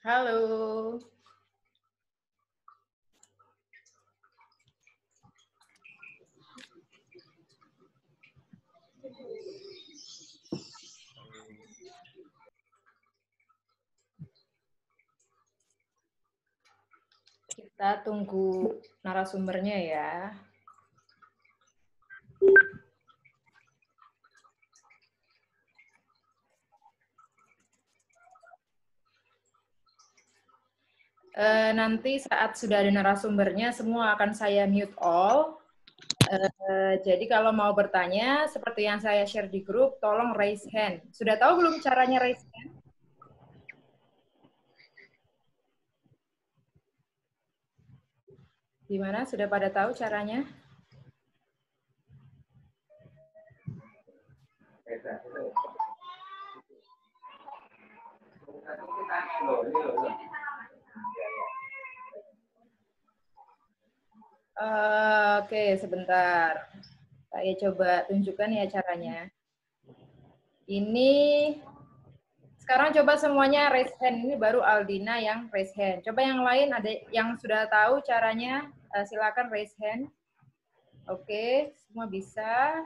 Halo. Kita tunggu narasumbernya ya. Nanti saat sudah ada narasumbernya, semua akan saya mute all. Jadi kalau mau bertanya, seperti yang saya share di grup, tolong raise hand. Sudah tahu belum caranya raise hand? Gimana? Sudah pada tahu caranya? Oke, sebentar. Saya coba tunjukkan ya caranya. Ini sekarang coba semuanya raise hand. Ini baru Aldina yang raise hand. Coba yang lain ada yang sudah tahu caranya, silakan raise hand. Oke, semua bisa.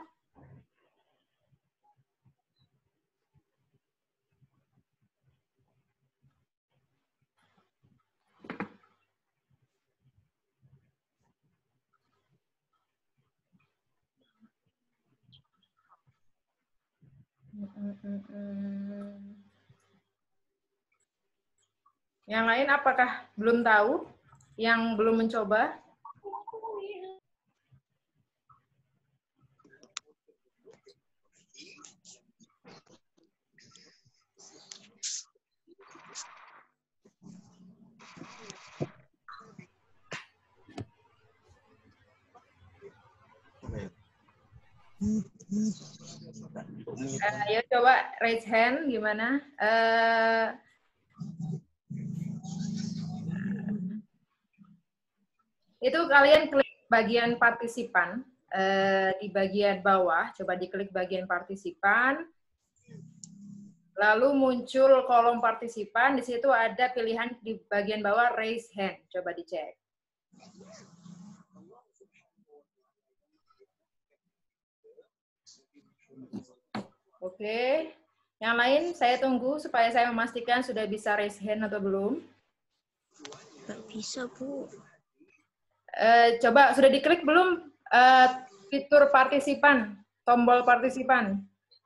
Yang lain apakah belum tahu? Yang belum mencoba? Ayo coba raise hand gimana? Itu kalian klik bagian partisipan di bagian bawah, coba diklik bagian partisipan, lalu muncul kolom partisipan, di situ ada pilihan di bagian bawah raise hand, coba dicek. Oke, yang lain saya tunggu supaya saya memastikan sudah bisa raise hand atau belum. Nggak bisa, Bu. Coba sudah diklik belum fitur partisipan, tombol partisipan?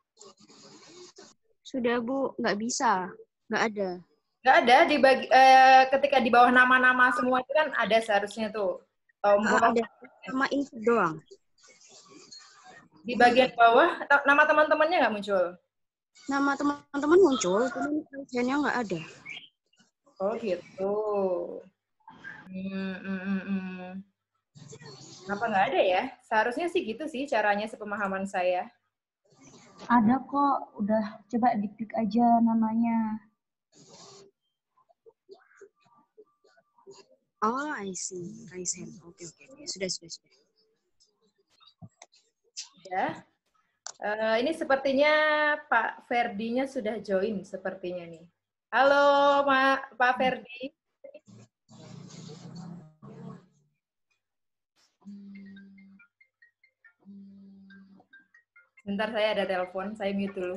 Sudah, Bu. Nggak bisa. Nggak ada. Nggak ada, ketika di bawah nama-nama semua itu kan ada seharusnya tuh tombol. Ada sama info doang. Di bagian bawah, nama teman-temannya nggak muncul? Nama teman-teman muncul, cuman tulisannya nggak ada. Oh gitu. Kenapa nggak ada ya? Seharusnya sih gitu sih caranya sepemahaman saya. Ada kok, udah coba diklik aja namanya. Oh, I see. Raise hand. Oke. Sudah. Ya. Ini sepertinya Pak Ferdinya sudah join sepertinya nih. Halo, Pak Ferdi. Bentar, saya ada telepon, saya mute dulu.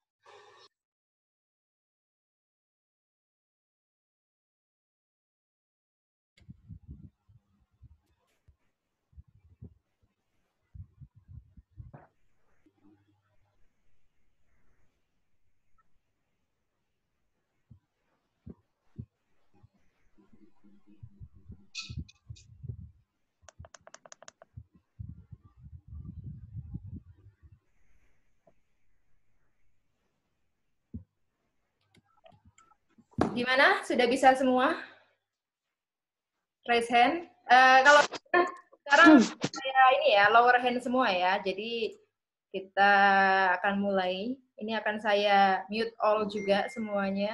Gimana? Sudah bisa semua? Raise hand. Kalau sekarang saya ini ya, lower hand semua ya. Jadi kita akan mulai. Ini akan saya mute all juga semuanya.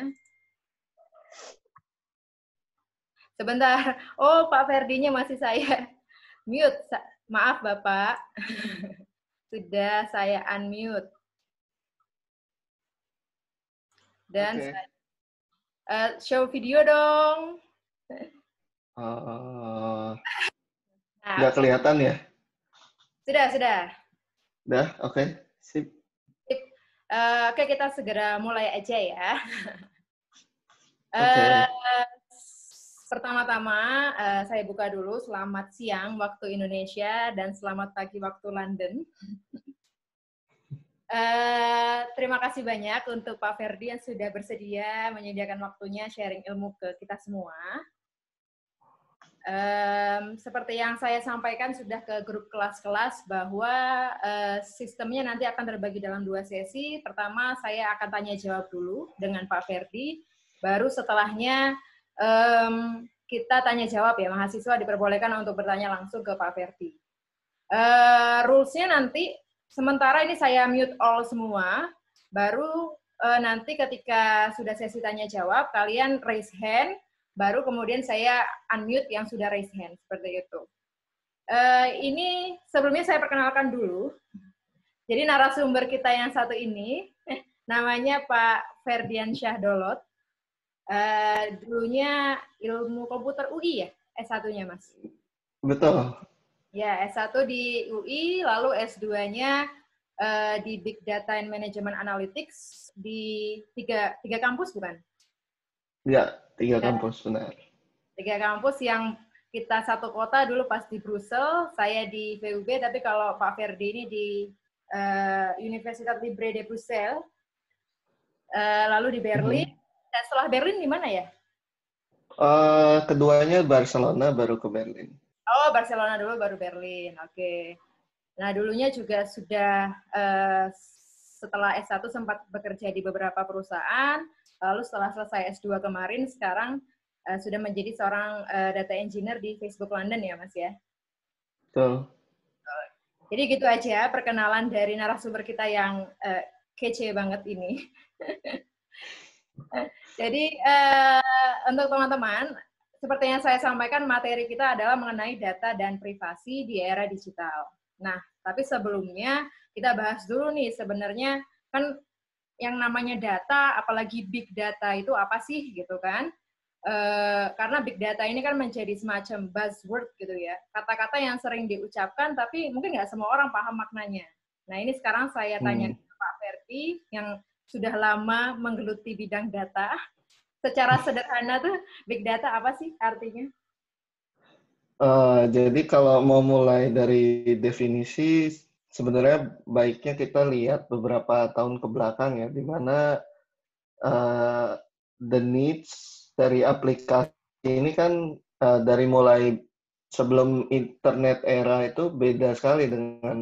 Sebentar. Oh, Pak Ferdinya masih saya mute. Maaf, Bapak. Sudah saya unmute. Dan Show video dong. Nah, Nggak kelihatan ya? Sudah. Udah, oke. Sip. Sip. Oke, kita segera mulai aja ya. Oke. Pertama-tama, saya buka dulu. Selamat siang waktu Indonesia dan selamat pagi waktu London. Terima kasih banyak untuk Pak Ferdi yang sudah bersedia menyediakan waktunya sharing ilmu ke kita semua. Seperti yang saya sampaikan sudah ke grup kelas-kelas bahwa sistemnya nanti akan terbagi dalam 2 sesi. Pertama, saya akan tanya jawab dulu dengan Pak Ferdi. Baru setelahnya kita tanya jawab ya, mahasiswa diperbolehkan untuk bertanya langsung ke Pak Ferdi. Rules-nya nanti, sementara ini saya mute all semua, baru nanti ketika sudah sesi tanya jawab, kalian raise hand, baru kemudian saya unmute yang sudah raise hand, seperti itu. Ini sebelumnya saya perkenalkan dulu. Jadi narasumber kita yang satu ini, namanya Pak Ferdian Syahdolot. Dulunya ilmu komputer UI ya, S1-nya Mas? Betul. Ya, S1 di UI, lalu S2-nya di Big Data and Management Analytics di tiga kampus bukan? Ya, 3 kampus, benar. 3 kampus yang kita satu kota dulu pas di Brussels, saya di VUB, tapi kalau Pak Ferdi ini di Universitas Libre de Brussels, lalu di Berlin, dan setelah Berlin di mana ya? Keduanya Barcelona, baru ke Berlin. Oh, Barcelona dulu, baru Berlin, oke. Nah, dulunya juga sudah setelah S1 sempat bekerja di beberapa perusahaan, lalu setelah selesai S2 kemarin, sekarang sudah menjadi seorang data engineer di Facebook London ya, Mas ya? Betul. Jadi gitu aja perkenalan dari narasumber kita yang kece banget ini. Jadi untuk teman-teman, seperti yang saya sampaikan, materi kita adalah mengenai data dan privasi di era digital. Nah, tapi sebelumnya kita bahas dulu nih sebenarnya kan yang namanya data, apalagi big data itu apa sih gitu kan? Karena big data ini kan menjadi semacam buzzword gitu ya, kata-kata yang sering diucapkan tapi mungkin nggak semua orang paham maknanya. Nah ini sekarang saya tanya ke Pak Ferdi yang sudah lama menggeluti bidang data. Secara sederhana tuh big data apa sih artinya? Jadi kalau mau mulai dari definisi, sebenarnya baiknya kita lihat beberapa tahun ke belakang ya, di mana the needs dari aplikasi ini kan dari mulai sebelum internet era itu beda sekali dengan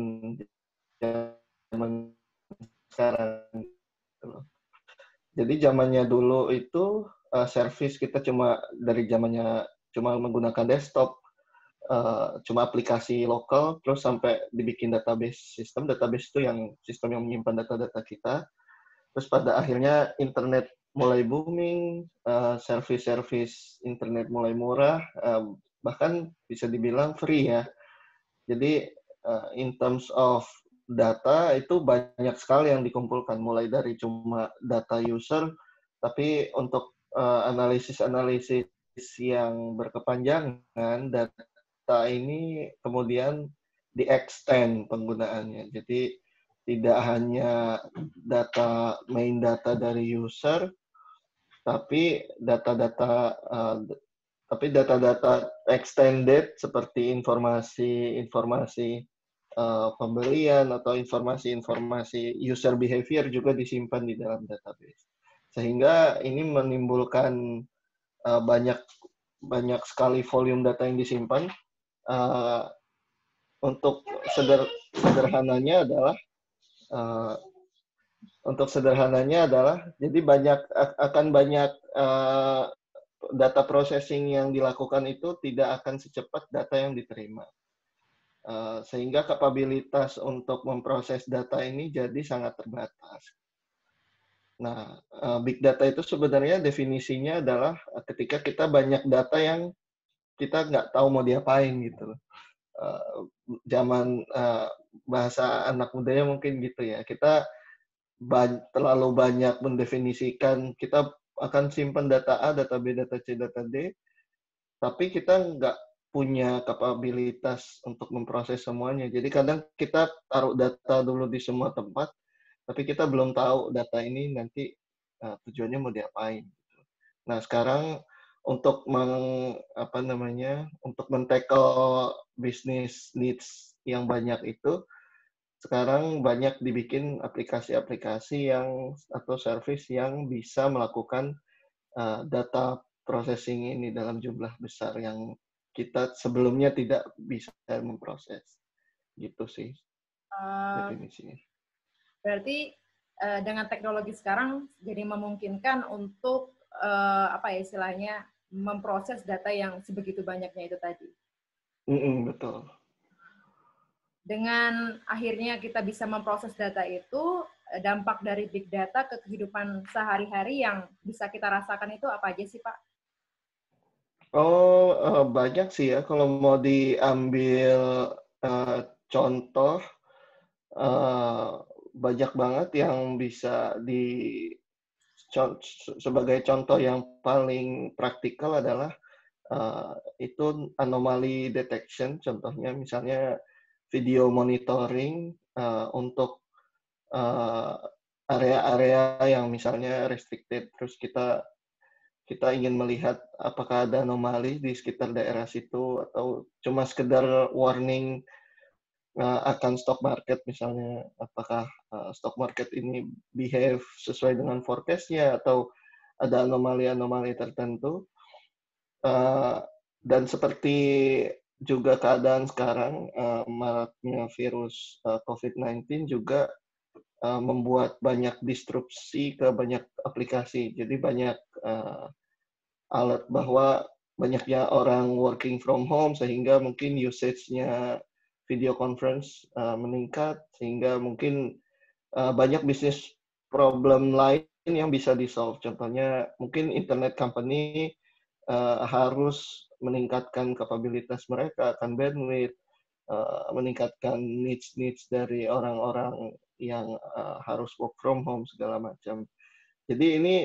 zaman sekarang. Jadi zamannya dulu itu service kita cuma dari zamannya cuma menggunakan desktop, cuma aplikasi lokal, terus sampai dibikin database itu yang sistem yang menyimpan data-data kita. Terus pada akhirnya internet mulai booming, service internet mulai murah, bahkan bisa dibilang free ya. Jadi in terms of data itu banyak sekali yang dikumpulkan, mulai dari cuma data user, tapi untuk analisis-analisis yang berkepanjangan, data ini kemudian di-extend penggunaannya. Jadi tidak hanya main data dari user, tapi data-data extended seperti informasi pembelian atau informasi user behavior juga disimpan di dalam database. Sehingga ini menimbulkan banyak sekali volume data yang disimpan. Untuk sederhananya adalah jadi akan banyak data processing yang dilakukan itu tidak akan secepat data yang diterima. Sehingga kapabilitas untuk memproses data ini jadi sangat terbatas. Nah, big data itu sebenarnya definisinya adalah ketika kita banyak data yang kita nggak tahu mau diapain gitu. Zaman bahasa anak mudanya mungkin gitu ya. Kita terlalu banyak mendefinisikan, kita akan simpan data A, data B, data C, data D, tapi kita nggak punya kapabilitas untuk memproses semuanya. Jadi kadang kita taruh data dulu di semua tempat, tapi kita belum tahu data ini nanti tujuannya mau diapain. Nah, sekarang untuk untuk men-tackle bisnis needs yang banyak itu, sekarang banyak dibikin aplikasi-aplikasi atau service yang bisa melakukan data processing ini dalam jumlah besar yang kita sebelumnya tidak bisa memproses. Gitu sih definisinya. Berarti dengan teknologi sekarang jadi memungkinkan untuk istilahnya memproses data yang sebegitu banyaknya itu tadi. Betul. Dengan akhirnya kita bisa memproses data itu, dampak dari big data ke kehidupan sehari-hari yang bisa kita rasakan itu apa aja sih, Pak? Banyak sih ya. Kalau mau diambil contoh, banyak banget yang bisa sebagai contoh yang paling praktikal adalah itu anomali detection. Contohnya misalnya video monitoring untuk area-area yang misalnya restricted, terus kita ingin melihat apakah ada anomali di sekitar daerah situ atau cuma sekedar warning akan stock market misalnya, apakah stock market ini behave sesuai dengan forecast-nya atau ada anomali-anomali tertentu. Dan seperti juga keadaan sekarang, maraknya virus COVID-19 juga membuat banyak disrupsi ke banyak aplikasi. Jadi banyak alert bahwa banyaknya orang working from home sehingga mungkin usage-nya video conference meningkat, sehingga mungkin banyak bisnis problem lain yang bisa di-solve. Contohnya mungkin internet company harus meningkatkan kapabilitas mereka akan bandwidth, meningkatkan needs dari orang-orang yang harus work from home segala macam. Jadi ini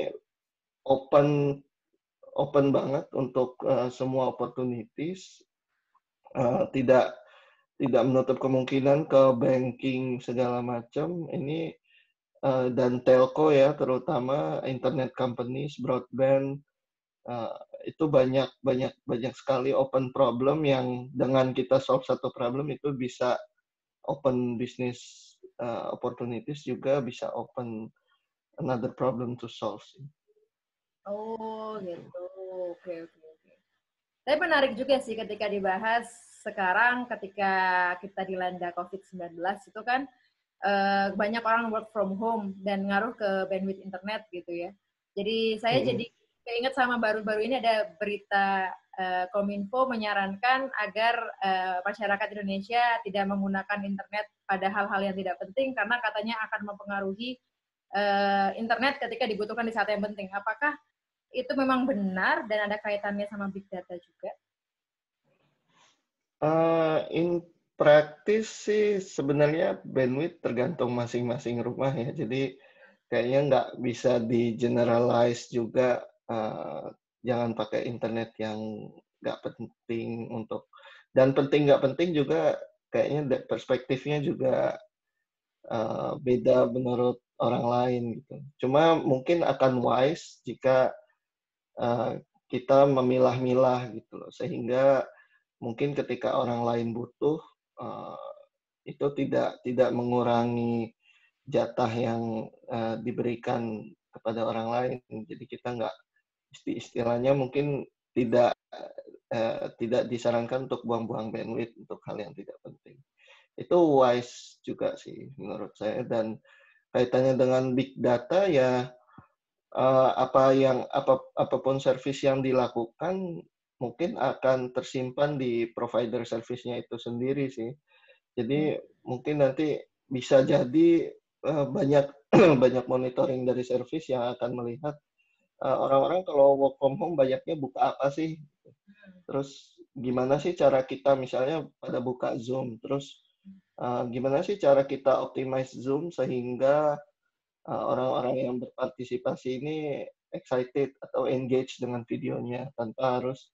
open banget untuk semua opportunities, tidak menutup kemungkinan ke banking segala macam. Ini dan telco ya, terutama internet companies, broadband, itu banyak sekali open problem yang dengan kita solve satu problem itu bisa open business opportunities, juga bisa open another problem to solve. Oh gitu, oke. Tapi menarik juga sih ketika dibahas sekarang ketika kita dilanda COVID-19 itu kan banyak orang work from home dan ngaruh ke bandwidth internet gitu ya. Jadi saya jadi keinget sama baru-baru ini ada berita Kominfo menyarankan agar masyarakat Indonesia tidak menggunakan internet pada hal-hal yang tidak penting karena katanya akan mempengaruhi internet ketika dibutuhkan di saat yang penting. Apakah itu memang benar dan ada kaitannya sama big data juga? In practice sih sebenarnya bandwidth tergantung masing-masing rumah ya. Jadi kayaknya nggak bisa di generalize juga. Jangan pakai internet yang nggak penting dan penting nggak penting juga kayaknya perspektifnya juga beda menurut orang lain gitu. Cuma mungkin akan wise jika kita memilah-milah gitu loh, sehingga mungkin ketika orang lain butuh itu tidak mengurangi jatah yang diberikan kepada orang lain. Jadi kita nggak istilahnya mungkin tidak disarankan untuk buang-buang bandwidth untuk hal yang tidak penting. Itu wise juga sih menurut saya. Dan kaitannya dengan big data ya, apapun service yang dilakukan mungkin akan tersimpan di provider service-nya itu sendiri sih. Jadi mungkin nanti bisa jadi banyak monitoring dari service yang akan melihat orang-orang kalau work from home banyaknya buka apa sih? Terus gimana sih cara kita misalnya pada buka Zoom? Terus gimana sih cara kita optimize Zoom sehingga orang-orang yang berpartisipasi ini excited atau engage dengan videonya tanpa harus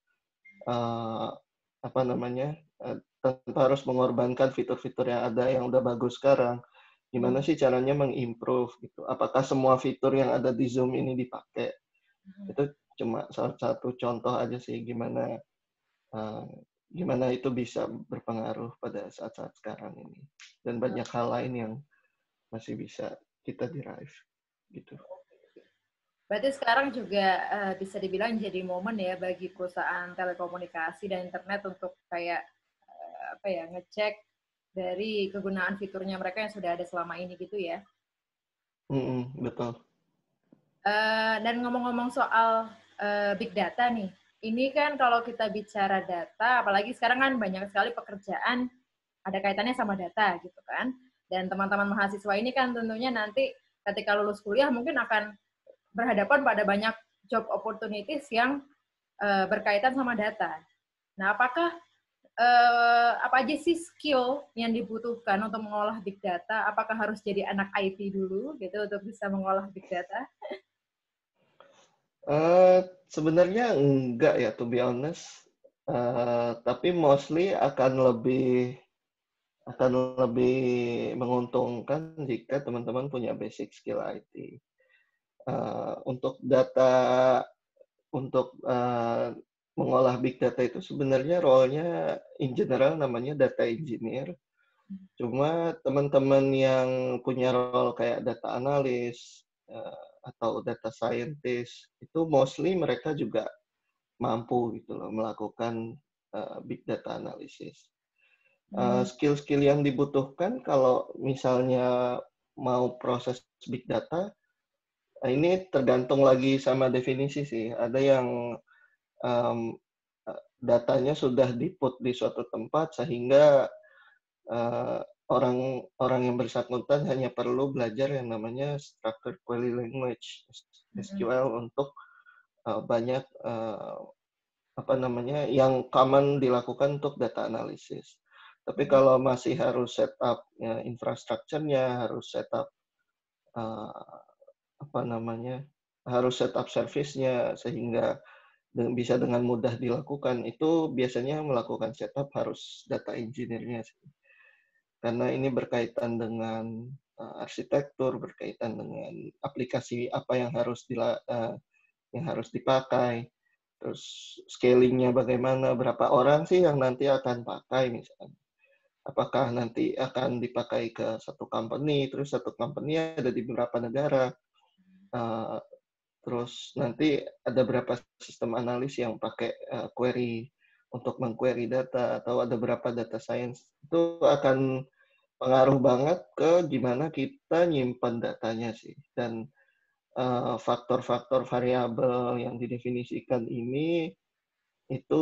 tanpa harus mengorbankan fitur-fitur yang ada yang udah bagus sekarang. Gimana sih caranya mengimprove gitu? Apakah semua fitur yang ada di Zoom ini dipakai? Itu cuma salah satu contoh aja sih gimana itu bisa berpengaruh pada saat-saat sekarang ini. Dan banyak hal lain yang masih bisa kita derive gitu. Berarti sekarang juga bisa dibilang jadi momen ya bagi perusahaan telekomunikasi dan internet untuk kayak ngecek dari kegunaan fiturnya mereka yang sudah ada selama ini gitu ya. Betul. Dan ngomong-ngomong soal big data nih, ini kan kalau kita bicara data, apalagi sekarang kan banyak sekali pekerjaan ada kaitannya sama data gitu kan. Dan teman-teman mahasiswa ini kan tentunya nanti ketika lulus kuliah mungkin akan berhadapan pada banyak job opportunities yang berkaitan sama data. Nah, apakah apa aja sih skill yang dibutuhkan untuk mengolah big data? Apakah harus jadi anak IT dulu gitu untuk bisa mengolah big data? Sebenarnya enggak ya, to be honest. Tapi mostly akan lebih menguntungkan jika teman-teman punya basic skill IT. Untuk mengolah big data itu sebenarnya role-nya in general namanya data engineer. Cuma teman-teman yang punya role kayak data analis atau data scientist itu mostly mereka juga mampu gitu loh melakukan big data analysis. Skill-skill yang dibutuhkan kalau misalnya mau proses big data, ini tergantung lagi sama definisi sih. Ada yang datanya sudah di-put di suatu tempat sehingga orang yang bersangkutan hanya perlu belajar yang namanya Structured Query Language (SQL) untuk banyak yang common dilakukan untuk data analisis. Tapi kalau masih harus setup infrastrukturnya, harus setup harus setup service-nya sehingga bisa dengan mudah dilakukan, itu biasanya melakukan setup harus data engineer-nya sih. Karena ini berkaitan dengan arsitektur, berkaitan dengan aplikasi apa yang harus dipakai, terus scaling-nya bagaimana, berapa orang sih yang nanti akan pakai misalnya. Apakah nanti akan dipakai ke satu company, terus satu company ada di beberapa negara, terus nanti ada berapa sistem analis yang pakai query untuk meng-query data, atau ada berapa data science. Itu akan pengaruh banget ke gimana kita nyimpan datanya sih. Dan faktor-faktor variabel yang didefinisikan ini itu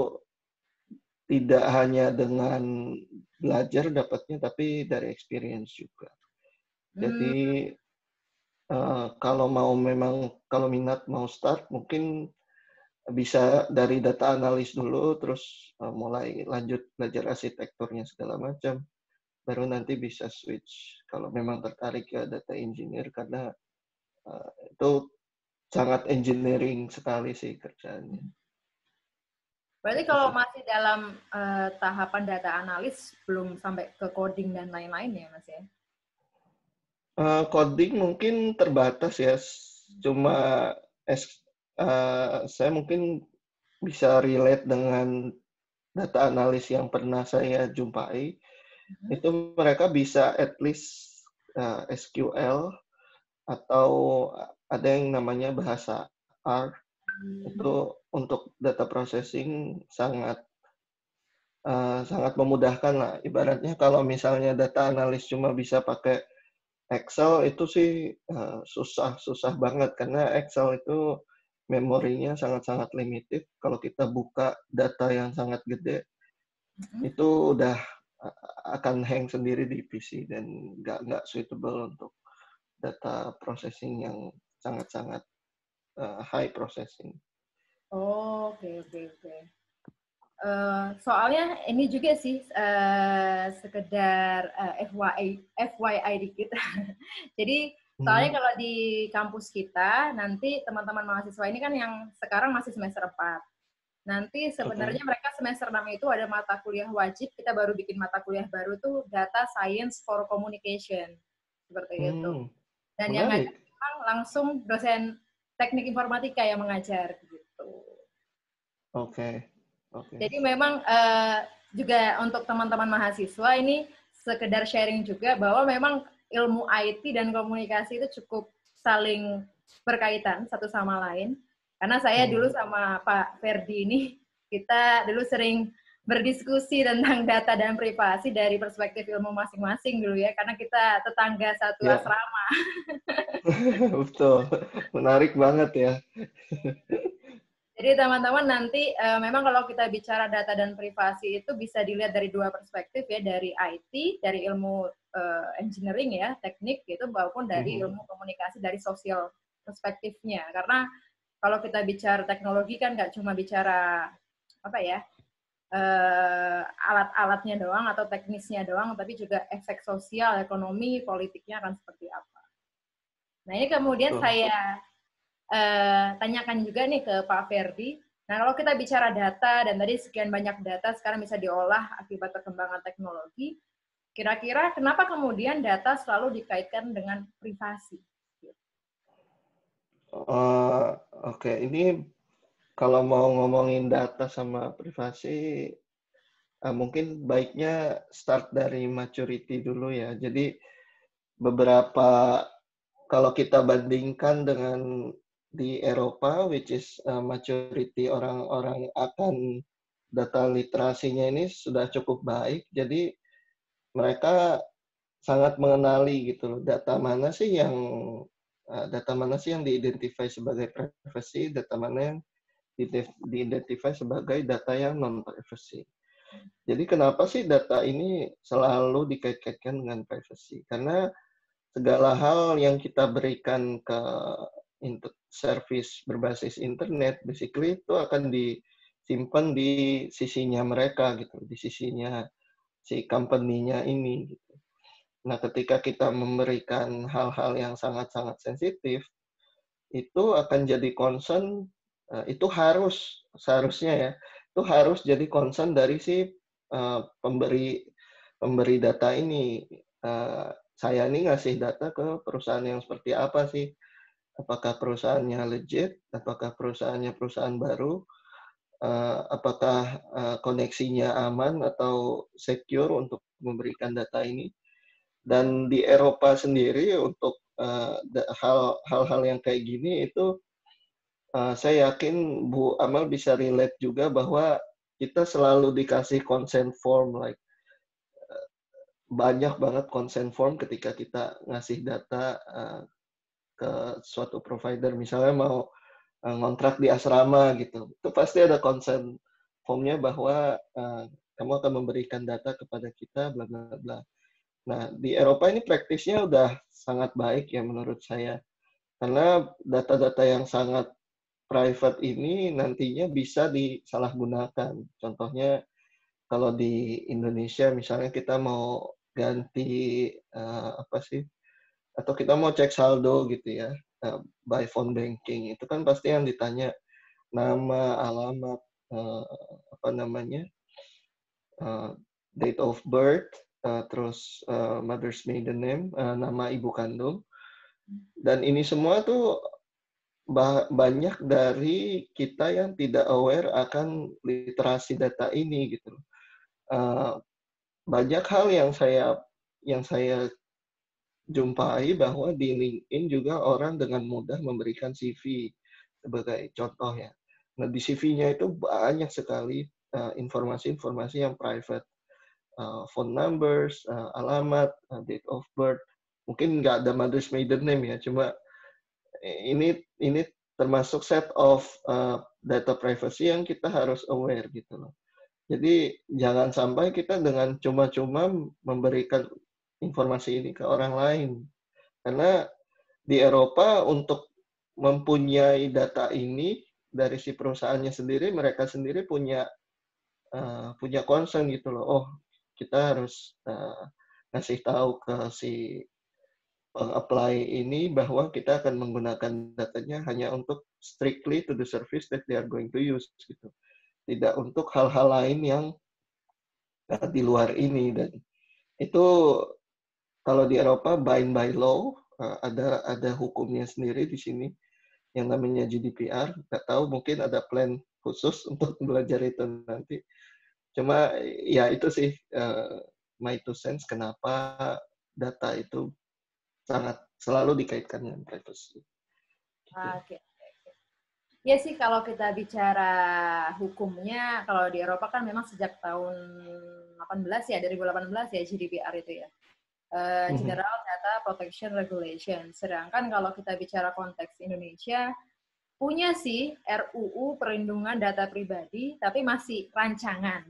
tidak hanya dengan belajar dapatnya, tapi dari experience juga. Jadi kalau minat mau start, mungkin bisa dari data analis dulu, terus mulai lanjut belajar arsitekturnya segala macam, baru nanti bisa switch kalau memang tertarik ke data engineer, karena itu sangat engineering sekali sih kerjaannya. Berarti kalau masih dalam tahapan data analis, belum sampai ke coding dan lain-lain ya, Mas ya? Coding mungkin terbatas ya, cuma saya mungkin bisa relate dengan data analis yang pernah saya jumpai. Itu mereka bisa at least SQL atau ada yang namanya bahasa R. Itu untuk data processing sangat memudahkan lah. Ibaratnya kalau misalnya data analis cuma bisa pakai Excel, itu sih susah banget, karena Excel itu memorinya sangat-sangat limited. Kalau kita buka data yang sangat gede, itu udah akan hang sendiri di PC dan nggak suitable untuk data processing yang sangat-sangat high processing. Oh, oke. Soalnya ini juga sih sekedar FYI dikit. Jadi Soalnya kalau di kampus kita, nanti teman-teman mahasiswa ini kan yang sekarang masih semester 4. Nanti sebenarnya mereka semester 6 itu ada mata kuliah wajib, kita baru bikin mata kuliah baru tuh Data Science for Communication. Seperti itu. Dan yang ngajar memang langsung dosen teknik informatika yang mengajar gitu. Oke. Jadi memang juga untuk teman-teman mahasiswa ini sekedar sharing juga bahwa memang ilmu IT dan komunikasi itu cukup saling berkaitan satu sama lain. Karena saya dulu sama Pak Ferdi ini, kita dulu sering berdiskusi tentang data dan privasi dari perspektif ilmu masing-masing dulu ya, karena kita tetangga satu asrama. Betul, menarik banget ya. Jadi teman-teman nanti memang kalau kita bicara data dan privasi itu bisa dilihat dari dua perspektif ya, dari IT, dari ilmu engineering ya, teknik gitu, maupun dari ilmu komunikasi, dari sosial perspektifnya. Karena kalau kita bicara teknologi kan nggak cuma bicara apa ya, alat-alatnya doang atau teknisnya doang, tapi juga efek sosial, ekonomi, politiknya akan seperti apa. Nah ini kemudian saya tanyakan juga nih ke Pak Ferdi. Nah, kalau kita bicara data, dan tadi sekian banyak data sekarang bisa diolah akibat perkembangan teknologi, kira-kira kenapa kemudian data selalu dikaitkan dengan privasi? Oke, ini kalau mau ngomongin data sama privasi, mungkin baiknya start dari maturity dulu ya. Jadi beberapa, kalau kita bandingkan dengan di Eropa, which is maturity orang-orang akan data literasinya ini sudah cukup baik. Jadi mereka sangat mengenali gitu loh, data mana sih yang diidentifikasi sebagai privacy, data mana yang diidentifikasi sebagai data yang non privacy. Jadi kenapa sih data ini selalu dikait-kaitkan dengan privacy? Karena segala hal yang kita berikan ke service berbasis internet, basically itu akan disimpan di sisinya mereka gitu, di sisinya si company-nya ini gitu. Nah, ketika kita memberikan hal-hal yang sangat-sangat sensitif, itu akan jadi concern, itu seharusnya ya, itu harus jadi concern dari si pemberi data ini. Saya ini ngasih data ke perusahaan yang seperti apa sih? Apakah perusahaannya legit? Apakah perusahaannya perusahaan baru? Apakah koneksinya aman atau secure untuk memberikan data ini? Dan di Eropa sendiri untuk hal-hal yang kayak gini itu saya yakin Bu Amal bisa relate juga bahwa kita selalu dikasih consent form, like banyak banget consent form ketika kita ngasih data ke suatu provider, misalnya mau ngontrak di asrama gitu, itu pasti ada consent formnya bahwa kamu akan memberikan data kepada kita, bla bla bla. Nah, di Eropa ini praktisnya udah sangat baik ya menurut saya. Karena data-data yang sangat private ini nantinya bisa disalahgunakan. Contohnya kalau di Indonesia misalnya kita mau ganti apa sih? Atau kita mau cek saldo gitu ya, by phone banking, itu kan pasti yang ditanya nama, alamat, apa namanya, date of birth, terus mother's maiden name, nama ibu kandung, dan ini semua tuh banyak dari kita yang tidak aware akan literasi data ini gitu. Banyak hal yang saya jumpai bahwa di LinkedIn juga orang dengan mudah memberikan CV sebagai contoh ya. Nah, di CV-nya itu banyak sekali informasi-informasi yang private, phone numbers, alamat, date of birth. Mungkin nggak ada mother's maiden name ya, cuma ini termasuk set of data privacy yang kita harus aware gitu loh. Jadi jangan sampai kita dengan cuma-cuma memberikan informasi ini ke orang lain. Karena di Eropa untuk mempunyai data ini dari si perusahaannya sendiri, mereka sendiri punya concern gitu loh. Oh, kita harus ngasih tahu ke si apply ini bahwa kita akan menggunakan datanya hanya untuk strictly to the service that they are going to use gitu. Tidak untuk hal-hal lain yang di luar ini. Dan itu kalau di Eropa bind by law, ada hukumnya sendiri di sini yang namanya GDPR. Nggak tahu, mungkin ada plan khusus untuk belajar itu nanti. Cuma ya itu sih my two cents kenapa data itu sangat selalu dikaitkan dengan privacy. Oke. Ya sih, kalau kita bicara hukumnya, kalau di Eropa kan memang sejak tahun 18 ya, 2018 ya GDPR itu ya. General Data Protection Regulation. Sedangkan kalau kita bicara konteks Indonesia, punya sih RUU Perlindungan Data Pribadi, tapi masih rancangan.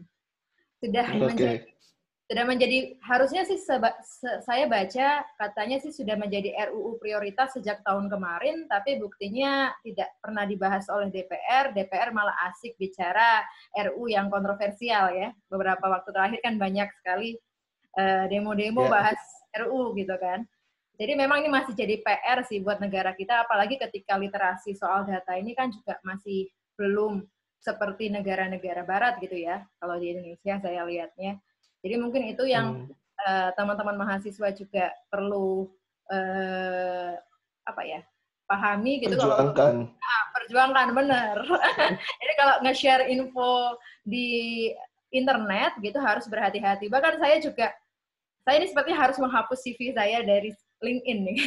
Sudah menjadi harusnya sih saya baca katanya sih sudah menjadi RUU prioritas sejak tahun kemarin, tapi buktinya tidak pernah dibahas oleh DPR. DPR malah asik bicara RUU yang kontroversial ya. Beberapa waktu terakhir kan banyak sekali demo-demo bahas RUU gitu kan. Jadi memang ini masih jadi PR sih buat negara kita, apalagi ketika literasi soal data ini kan juga masih belum seperti negara-negara barat gitu ya. Kalau di Indonesia saya lihatnya. Jadi mungkin itu yang teman-teman mahasiswa juga perlu pahami gitu. Perjuangkan bener. Jadi kalau nge-share info di internet gitu harus berhati-hati. Bahkan saya ini sepertinya harus menghapus CV saya dari LinkedIn nih.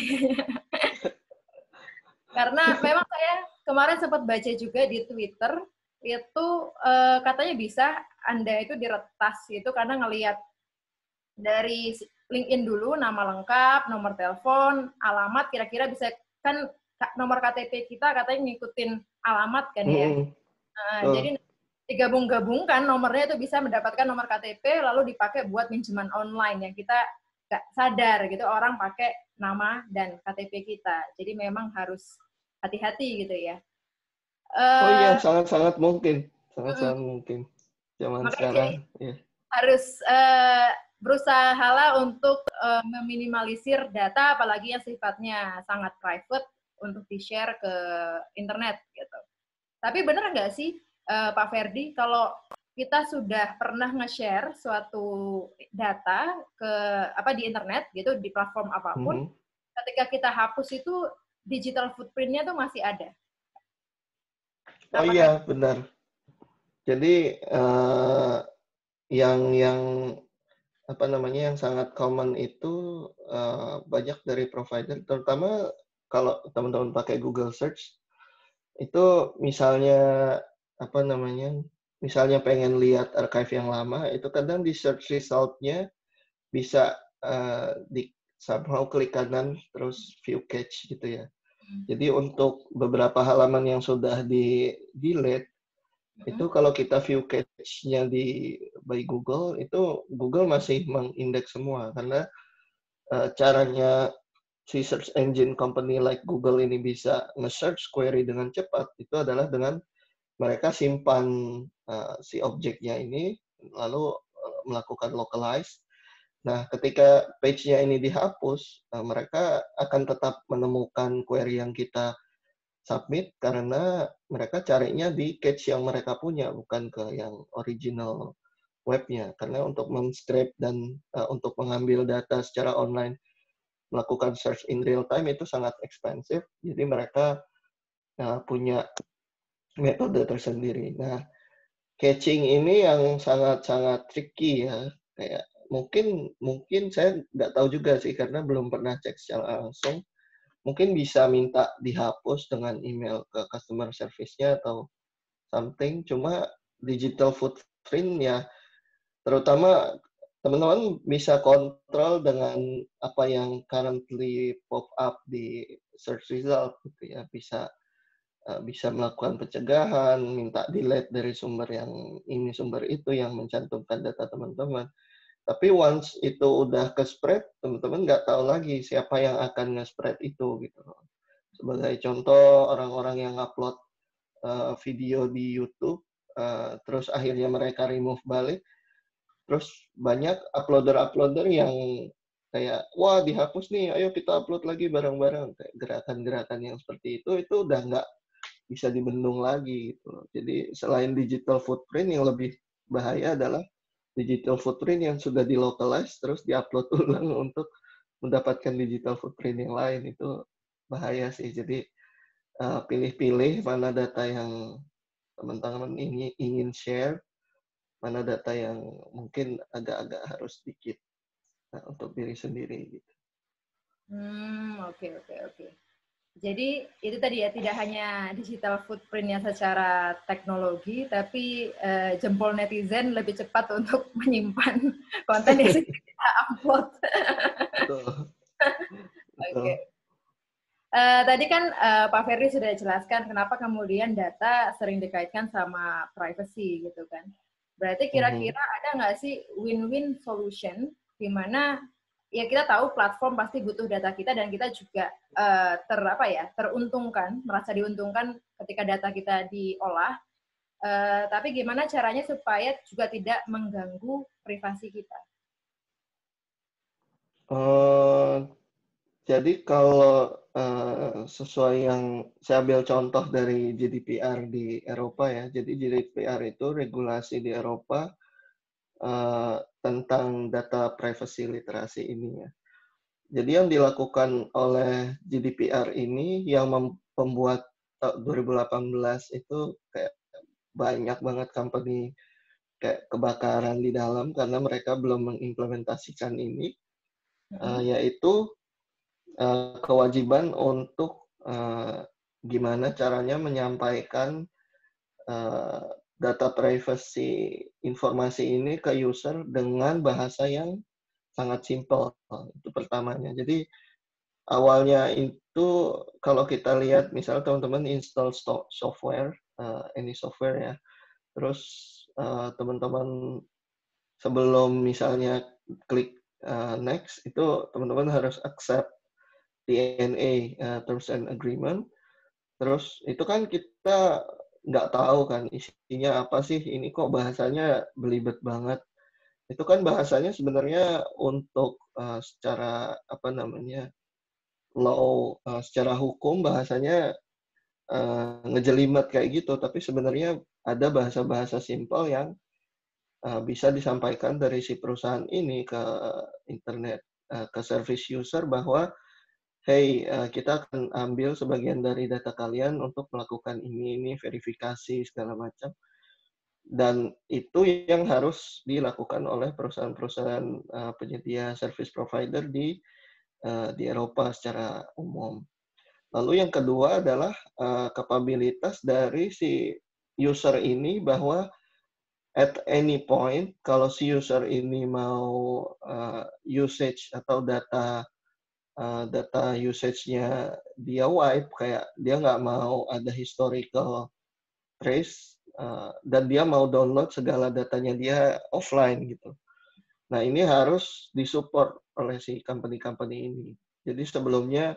Karena memang saya kemarin sempat baca juga di Twitter, itu katanya bisa Anda itu diretas itu karena ngelihat dari LinkedIn dulu, nama lengkap, nomor telepon, alamat, kira-kira bisa, kan nomor KTP kita katanya ngikutin alamat kan ya. Jadi digabung-gabungkan nomornya itu bisa mendapatkan nomor KTP lalu dipakai buat pinjaman online yang kita nggak sadar gitu, orang pakai nama dan KTP kita. Jadi memang harus hati-hati gitu ya. Oh iya, sangat-sangat mungkin. Sangat-sangat mungkin. Zaman sekarang. Ya. Harus berusaha untuk meminimalisir data, apalagi yang sifatnya sangat private untuk di-share ke internet gitu. Tapi benar nggak sih Pak Ferdi, kalau kita sudah pernah nge-share suatu data di internet gitu, di platform apapun, ketika kita hapus itu digital footprint-nya tuh masih ada. Oh iya, benar. Jadi yang sangat common itu banyak dari provider, terutama kalau teman-teman pakai Google Search, itu misalnya misalnya pengen lihat archive yang lama, itu kadang di search result-nya bisa di somehow klik kanan terus view cache gitu ya. Jadi untuk beberapa halaman yang sudah di delete, itu kalau kita view cache-nya by Google, itu Google masih mengindeks semua karena caranya si search engine company like Google ini bisa nge-search query dengan cepat itu adalah dengan mereka simpan si objeknya ini lalu melakukan localize. Nah, ketika page-nya ini dihapus, mereka akan tetap menemukan query yang kita submit karena mereka carinya di cache yang mereka punya, bukan ke yang original webnya. Karena untuk men-scrape dan untuk mengambil data secara online, melakukan search in real time itu sangat expensive. Jadi mereka punya metode tersendiri. Nah, caching ini yang sangat-sangat tricky ya. Kayak mungkin saya nggak tahu juga sih karena belum pernah cek secara langsung. Mungkin bisa minta dihapus dengan email ke customer service-nya atau something. Cuma digital footprint ya, terutama teman-teman bisa kontrol dengan apa yang currently pop up di search result gitu ya. Bisa melakukan pencegahan, minta delete dari sumber yang ini, sumber itu yang mencantumkan data teman-teman. Tapi once itu udah ke-spread, teman-teman nggak tahu lagi siapa yang akan nge-spread itu gitu. Sebagai contoh, orang-orang yang upload video di YouTube, terus akhirnya mereka remove balik, terus banyak uploader-uploader yang kayak wah dihapus nih, ayo kita upload lagi bareng-bareng, kayak gerakan-gerakan yang seperti itu udah nggak bisa dibendung lagi gitu loh. Jadi selain digital footprint, yang lebih bahaya adalah digital footprint yang sudah di localize terus diupload ulang untuk mendapatkan digital footprint yang lain. Itu bahaya sih. Jadi pilih-pilih mana data yang teman-teman ingin share, mana data yang mungkin agak-agak harus sedikit untuk diri sendiri gitu. Oke. Jadi itu tadi ya, tidak hanya digital footprint-nya secara teknologi, tapi jempol netizen lebih cepat untuk menyimpan konten yang sudah kita upload. Betul. Oke. Tadi kan Pak Ferry sudah jelaskan kenapa kemudian data sering dikaitkan sama privacy gitu kan. Berarti kira-kira ada nggak sih win-win solution di mana ya kita tahu platform pasti butuh data kita dan kita juga teruntungkan, merasa diuntungkan ketika data kita diolah. Tapi gimana caranya supaya juga tidak mengganggu privasi kita? Jadi kalau sesuai yang saya ambil contoh dari GDPR di Eropa ya, jadi GDPR itu regulasi di Eropa tentang data privacy literasi ini ya. Jadi yang dilakukan oleh GDPR ini yang membuat 2018 itu kayak banyak banget company kayak kebakaran di dalam karena mereka belum mengimplementasikan ini, yaitu kewajiban untuk gimana caranya menyampaikan data privacy informasi ini ke user dengan bahasa yang sangat simple. Itu pertamanya. Jadi awalnya itu kalau kita lihat misal teman-teman install software, any software ya, terus teman-teman sebelum misalnya klik next itu teman-teman harus accept TNA, Terms and Agreement. Terus itu kan kita nggak tahu kan isinya apa sih, ini kok bahasanya belibet banget. Itu kan bahasanya sebenarnya untuk secara apa namanya law, secara hukum bahasanya ngejelimet kayak gitu, tapi sebenarnya ada bahasa-bahasa simpel yang bisa disampaikan dari si perusahaan ini ke internet, ke service user bahwa hey, kita akan ambil sebagian dari data kalian untuk melakukan ini, verifikasi, segala macam. Dan itu yang harus dilakukan oleh perusahaan-perusahaan penyedia service provider di Eropa secara umum. Lalu yang kedua adalah kapabilitas dari si user ini bahwa at any point, kalau si user ini mau usage atau data usage-nya dia wipe, kayak dia nggak mau ada historical trace, dan dia mau download segala datanya dia offline gitu. Nah, ini harus disupport oleh si company-company ini. Jadi sebelumnya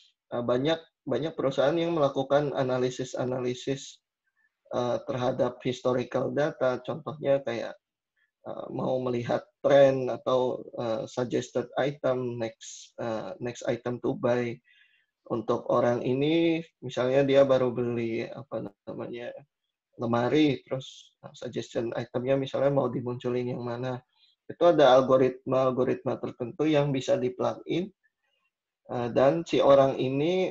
banyak perusahaan yang melakukan analisis terhadap historical data, contohnya kayak mau melihat tren atau suggested item, next item to buy untuk orang ini, misalnya dia baru beli apa namanya lemari, terus suggestion itemnya misalnya mau dimunculin yang mana, itu ada algoritma tertentu yang bisa di-plug-in, dan si orang ini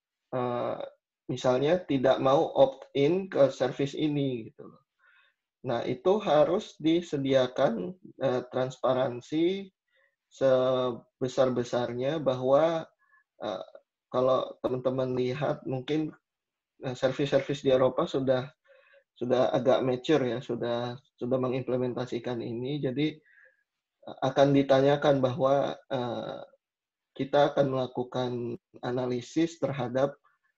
misalnya tidak mau opt-in ke service ini gitu. Nah, itu harus disediakan transparansi sebesar-besarnya bahwa kalau teman-teman lihat mungkin service-service di Eropa sudah agak mature ya, sudah mengimplementasikan ini. Jadi akan ditanyakan bahwa kita akan melakukan analisis terhadap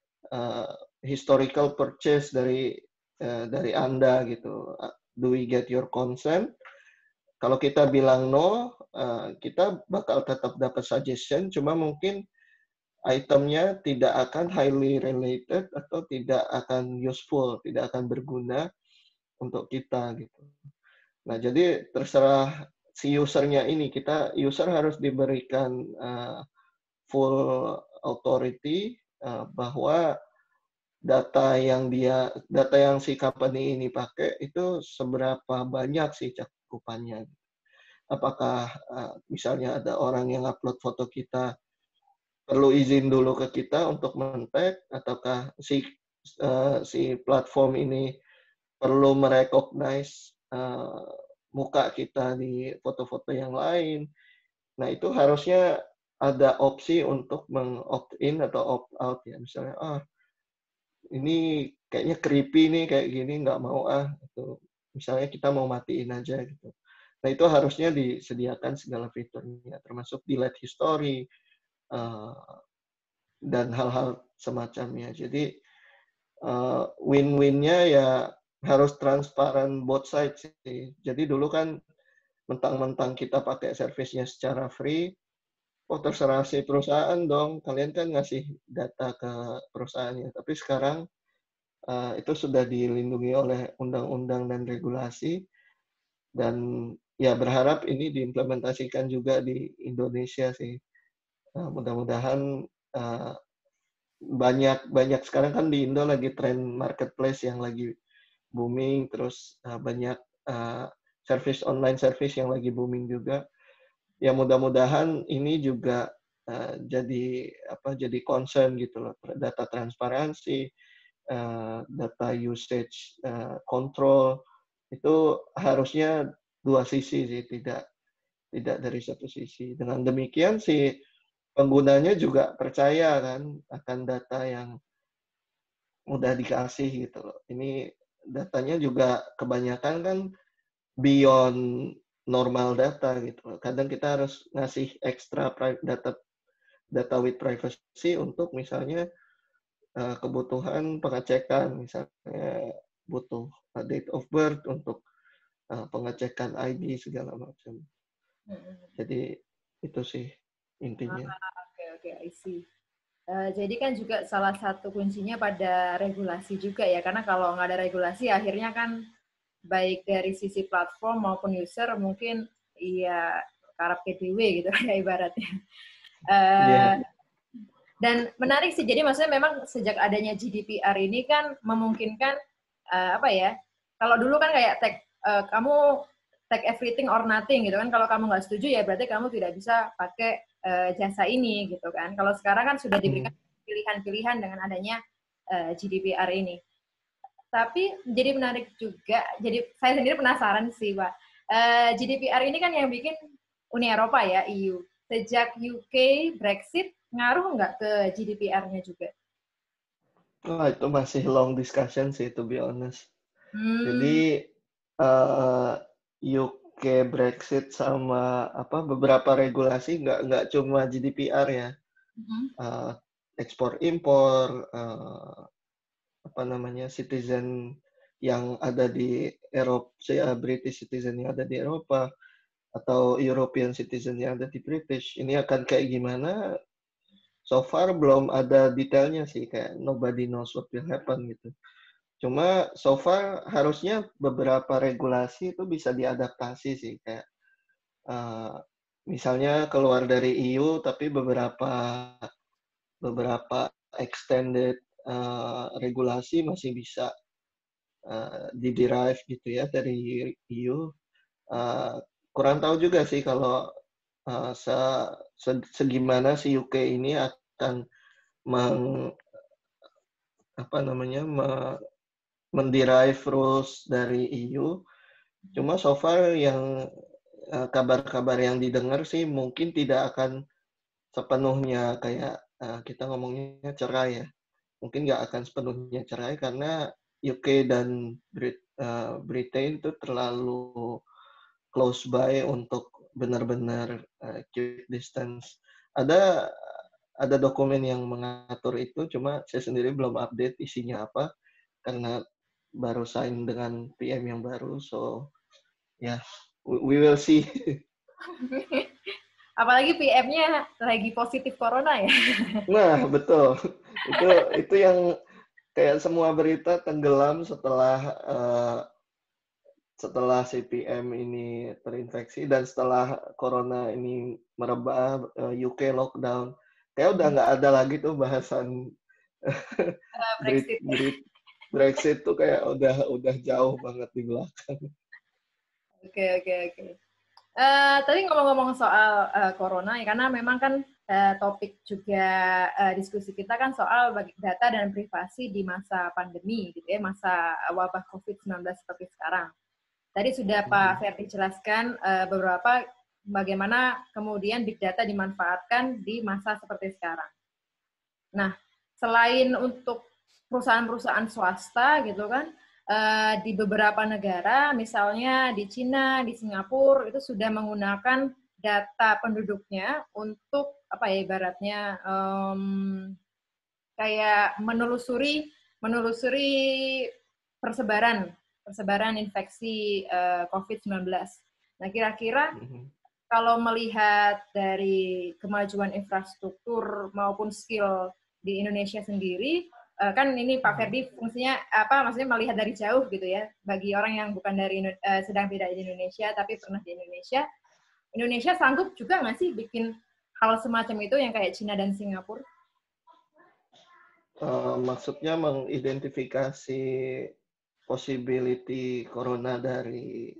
historical purchase dari Anda gitu. Do we get your consent? Kalau kita bilang no, kita bakal tetap dapat suggestion, cuma mungkin itemnya tidak akan highly related atau tidak akan useful, tidak akan berguna untuk kita gitu. Nah, jadi terserah si usernya ini, user harus diberikan full authority bahwa data yang si company ini pakai itu seberapa banyak sih cakupannya. Apakah misalnya ada orang yang upload foto kita perlu izin dulu ke kita untuk men-tag, ataukah si platform ini perlu merecognize muka kita di foto-foto yang lain. Nah, itu harusnya ada opsi untuk meng-opt-in atau opt-out ya. Misalnya, ini kayaknya creepy nih, kayak gini, nggak mau gitu. Misalnya kita mau matiin aja gitu. Nah, itu harusnya disediakan segala fiturnya, termasuk delete history, dan hal-hal semacamnya. Jadi, win-win-nya ya harus transparan both sides sih. Jadi dulu kan mentang-mentang kita pakai servisnya secara free, terserah si perusahaan dong, kalian kan ngasih data ke perusahaannya. Tapi sekarang itu sudah dilindungi oleh undang-undang dan regulasi, dan ya berharap ini diimplementasikan juga di Indonesia sih. Mudah-mudahan banyak sekarang kan di Indo lagi tren marketplace yang lagi booming, terus banyak service online service yang lagi booming juga. Ya mudah-mudahan ini juga jadi concern gitu loh, data transparansi, data usage control itu harusnya dua sisi sih, tidak dari satu sisi. Dengan demikian si penggunanya juga percaya kan akan data yang udah dikasih gitu loh. Ini datanya juga kebanyakan kan beyond normal data gitu loh. Kadang kita harus ngasih extra data with privacy untuk misalnya kebutuhan pengecekan, misalnya butuh date of birth untuk pengecekan ID segala macam. Jadi itu sih intinya. Oke, I see. Jadi kan juga salah satu kuncinya pada regulasi juga ya, karena kalau nggak ada regulasi akhirnya kan baik dari sisi platform maupun user mungkin ya karep PDW gitu ya ibaratnya. Dan menarik sih, jadi maksudnya memang sejak adanya GDPR ini kan memungkinkan kalau dulu kan kayak kamu tag everything or nothing gitu kan, kalau kamu nggak setuju ya berarti kamu tidak bisa pakai jasa ini gitu kan. Kalau sekarang kan sudah diberikan pilihan-pilihan dengan adanya GDPR ini. Tapi jadi menarik juga, jadi saya sendiri penasaran sih Pak, GDPR ini kan yang bikin Uni Eropa ya, EU. Sejak UK Brexit, ngaruh nggak ke GDPR-nya juga? Itu masih long discussion sih, to be honest. Jadi UK Brexit sama beberapa regulasi nggak cuma GDPR ya, ekspor impor, citizen yang ada di Eropa, British citizen yang ada di Eropa atau European citizen yang ada di British, ini akan kayak gimana? So far belum ada detailnya sih, kayak nobody knows what will happen gitu. Cuma so far harusnya beberapa regulasi itu bisa diadaptasi sih, kayak misalnya keluar dari EU tapi beberapa extended regulasi masih bisa diderive gitu ya dari EU. Kurang tahu juga sih kalau segimana si UK ini akan menderive rules dari EU. Cuma so far yang kabar-kabar yang didengar sih mungkin tidak akan sepenuhnya kayak kita ngomongnya cerai ya. Mungkin nggak akan sepenuhnya cerai karena UK dan Britain itu terlalu close by untuk benar-benar keep distance. Ada dokumen yang mengatur itu, cuma saya sendiri belum update isinya apa karena baru sign dengan PM yang baru, so ya, we will see. Apalagi PM-nya lagi positif corona ya. Nah, betul. Itu yang kayak semua berita tenggelam setelah setelah CPM ini terinfeksi dan setelah corona ini merebak, UK lockdown, kayak udah nggak ada lagi tuh bahasan Brexit. Brexit tuh kayak udah jauh banget di belakang. Oke. Tadi ngomong-ngomong soal corona ya, karena memang kan topik juga diskusi kita kan soal data dan privasi di masa pandemi gitu ya, masa wabah COVID-19 seperti sekarang. Tadi sudah Pak Ferdi jelaskan beberapa bagaimana kemudian big data dimanfaatkan di masa seperti sekarang. Nah, selain untuk perusahaan-perusahaan swasta gitu kan, di beberapa negara, misalnya di Cina, di Singapura, itu sudah menggunakan data penduduknya untuk apa ya ibaratnya kayak menelusuri persebaran infeksi COVID-19. Nah, kira-kira kalau melihat dari kemajuan infrastruktur maupun skill di Indonesia sendiri, kan ini Pak Ferdi fungsinya apa? Maksudnya melihat dari jauh gitu ya. Bagi orang yang bukan dari sedang tidak di Indonesia tapi pernah di Indonesia, Indonesia sanggup juga nggak sih bikin hal semacam itu yang kayak Cina dan Singapura? Maksudnya mengidentifikasi possibility corona dari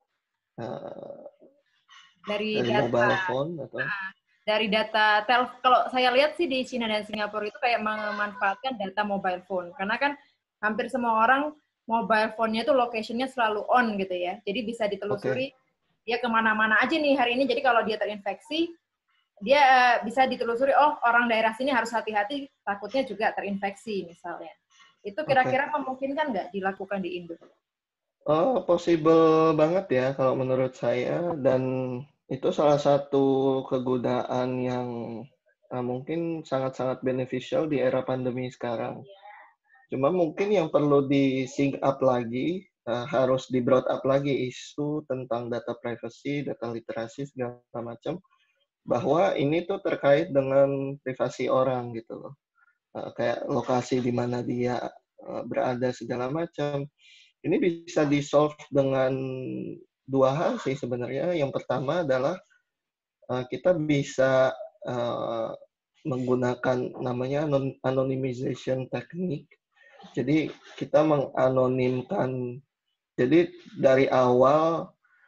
data, mobile phone atau dari data kalau saya lihat sih di Cina dan Singapura itu kayak memanfaatkan data mobile phone karena kan hampir semua orang mobile phone-nya itu location-nya selalu on gitu ya, jadi bisa ditelusuri dia kemana-mana aja nih hari ini. Jadi kalau dia terinfeksi, dia bisa ditelusuri, oh orang daerah sini harus hati-hati takutnya juga terinfeksi misalnya. Itu kira-kira memungkinkan nggak dilakukan di Indo? Oh, possible banget ya kalau menurut saya, dan itu salah satu kegunaan yang mungkin sangat-sangat beneficial di era pandemi sekarang. Cuma mungkin yang perlu di sync up lagi, harus di broad up lagi isu tentang data privacy, data literasi segala macam, bahwa ini tuh terkait dengan privasi orang gitu loh. Kayak lokasi di mana dia berada segala macam. Ini bisa di-solve dengan dua hal sih sebenarnya. Yang pertama adalah kita bisa menggunakan namanya anonymization technique. Jadi kita menganonimkan. Jadi dari awal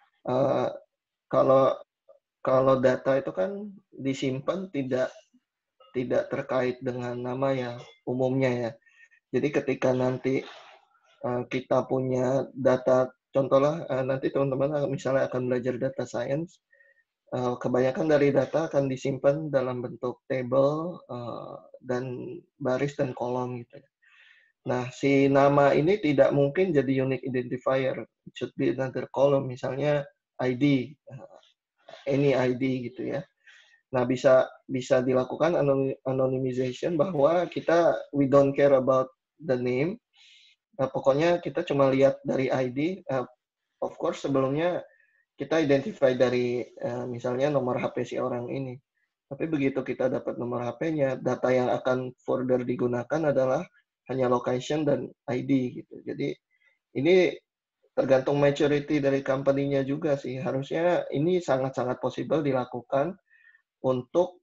kalau data itu kan disimpan tidak terkait dengan nama ya umumnya ya. Jadi ketika nanti kita punya data, contohlah nanti teman-teman misalnya akan belajar data science, kebanyakan dari data akan disimpan dalam bentuk table dan baris dan kolom gitu ya. Nah, si nama ini tidak mungkin jadi unique identifier. It should be another column, misalnya ID, any ID gitu ya. Nah, bisa dilakukan anonymization bahwa we don't care about the name. Nah, pokoknya kita cuma lihat dari ID. Of course, sebelumnya kita identify dari misalnya nomor HP si orang ini. Tapi begitu kita dapat nomor HP-nya, data yang akan further digunakan adalah hanya location dan ID gitu. Jadi ini tergantung maturity dari company-nya juga sih. Harusnya ini sangat-sangat possible dilakukan untuk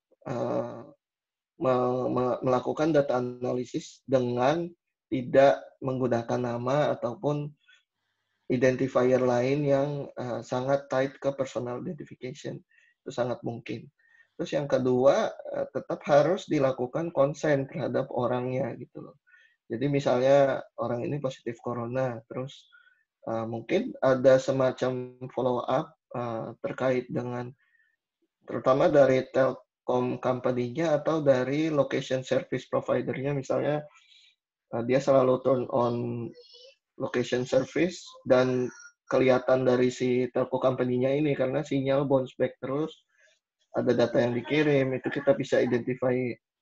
melakukan data analisis dengan tidak menggunakan nama ataupun identifier lain yang sangat tight ke personal identification. Itu sangat mungkin. Terus yang kedua, tetap harus dilakukan consent terhadap orangnya gitu loh. Jadi misalnya orang ini positif corona, terus mungkin ada semacam follow up terkait dengan terutama dari telkom company-nya atau dari location service provider-nya, misalnya dia selalu turn on location service dan kelihatan dari si telco company-nya ini karena sinyal bounce back terus, ada data yang dikirim, itu kita bisa identify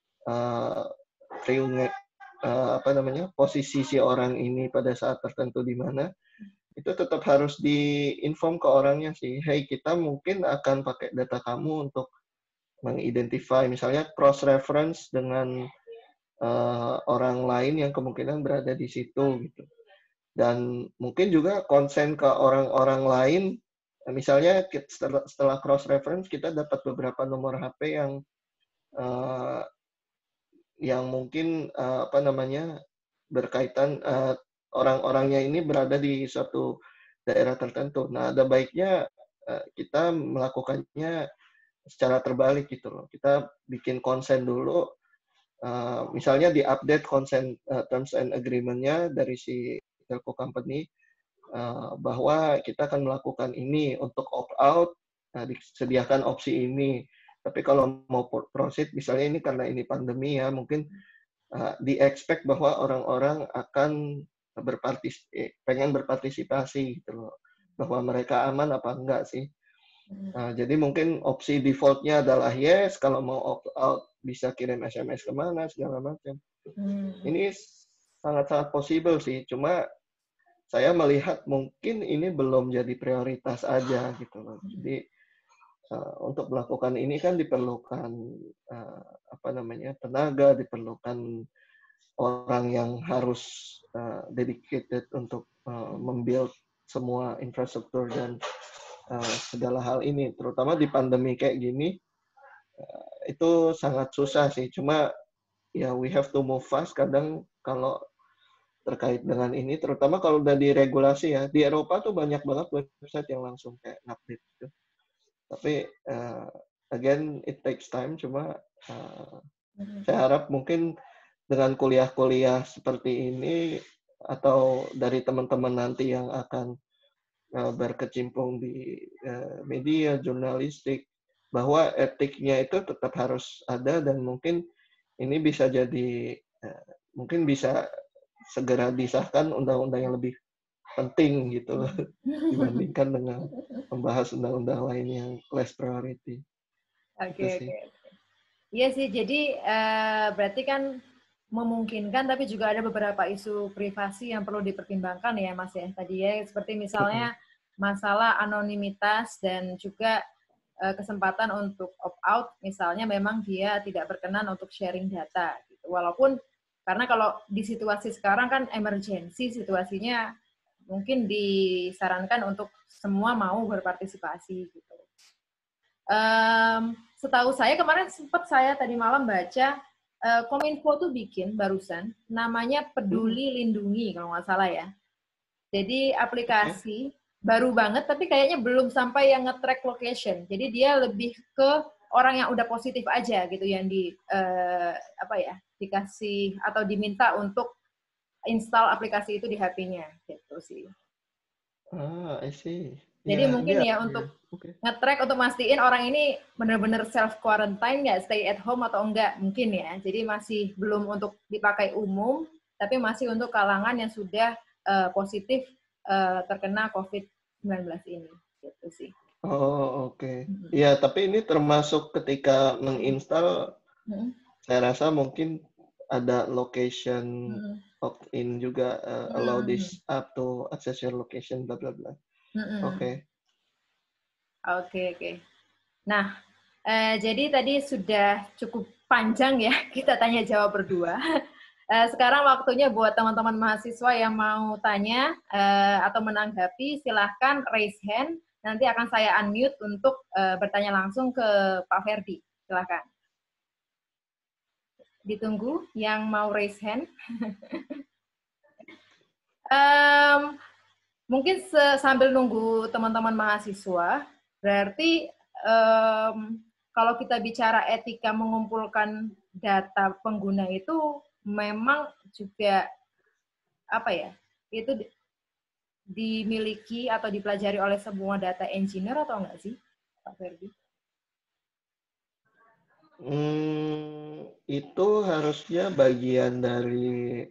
posisi si orang ini pada saat tertentu di mana. Itu tetap harus diinform ke orangnya sih, hey kita mungkin akan pakai data kamu untuk mengidentify, misalnya cross reference dengan orang lain yang kemungkinan berada di situ gitu. Dan mungkin juga konsen ke orang-orang lain. Misalnya setelah cross reference kita dapat beberapa nomor HP yang mungkin apa namanya berkaitan orang-orangnya ini berada di suatu daerah tertentu. Nah, ada baiknya kita melakukannya secara terbalik gitu loh. Kita bikin konsen dulu, misalnya di-update konsen terms and agreement-nya dari si telco company, bahwa kita akan melakukan ini untuk opt-out, disediakan opsi ini. Tapi kalau mau proceed, misalnya ini karena ini pandemi ya, mungkin di-expect bahwa orang-orang akan pengen berpartisipasi gitu loh. Bahwa mereka aman apa enggak sih. Jadi mungkin opsi default-nya adalah yes, kalau mau opt-out bisa kirim SMS kemana, segala macam. Ini sangat-sangat possible sih, cuma saya melihat mungkin ini belum jadi prioritas aja gitu loh. Jadi untuk melakukan ini kan diperlukan apa namanya tenaga, diperlukan orang yang harus dedicated untuk membuild semua infrastruktur dan segala hal ini, terutama di pandemi kayak gini, itu sangat susah sih. Cuma ya we have to move fast. Kadang kalau terkait dengan ini, terutama kalau udah diregulasi ya, di Eropa tuh banyak banget website yang langsung kayak update gitu. Tapi again it takes time. Cuma saya harap mungkin dengan kuliah-kuliah seperti ini atau dari teman-teman nanti yang akan berkecimpung di media, jurnalistik, bahwa etiknya itu tetap harus ada dan mungkin ini bisa jadi, mungkin bisa segera disahkan undang-undang yang lebih penting gitu loh, dibandingkan dengan membahas undang-undang lain yang less priority. Oke. Iya sih, jadi berarti kan memungkinkan, tapi juga ada beberapa isu privasi yang perlu dipertimbangkan ya Mas ya. Tadi ya, seperti misalnya masalah anonimitas dan juga kesempatan untuk opt-out, misalnya memang dia tidak berkenan untuk sharing data. Gitu. Walaupun, karena kalau di situasi sekarang kan emergency, situasinya mungkin disarankan untuk semua mau berpartisipasi. Gitu. Setahu saya kemarin sempat saya tadi malam baca Kominfo tuh bikin barusan namanya Peduli Lindungi kalau nggak salah ya. Jadi aplikasi baru banget tapi kayaknya belum sampai yang nge-track location. Jadi dia lebih ke orang yang udah positif aja gitu yang dikasih atau diminta untuk install aplikasi itu di HP-nya gitu sih. I see. Jadi mungkin untuk nge-track untuk mastiin orang ini benar-benar self-quarantine, nggak stay at home atau enggak, mungkin ya. Jadi masih belum untuk dipakai umum, tapi masih untuk kalangan yang sudah positif terkena COVID-19 ini. Gitu sih. Oh, oke. Ya, tapi ini termasuk ketika menginstal, saya rasa mungkin ada location opt-in juga, allow this app to access your location, bla bla bla. Oke. Nah, jadi tadi sudah cukup panjang ya kita tanya jawab berdua. Sekarang waktunya buat teman-teman mahasiswa yang mau tanya atau menanggapi, silahkan raise hand. Nanti akan saya unmute untuk bertanya langsung ke Pak Ferdi. Silahkan. Ditunggu yang mau raise hand. Mungkin sambil nunggu teman-teman mahasiswa, berarti kalau kita bicara etika mengumpulkan data pengguna itu memang juga itu dimiliki atau dipelajari oleh semua data engineer atau enggak sih, Pak Ferdi? Itu harusnya bagian dari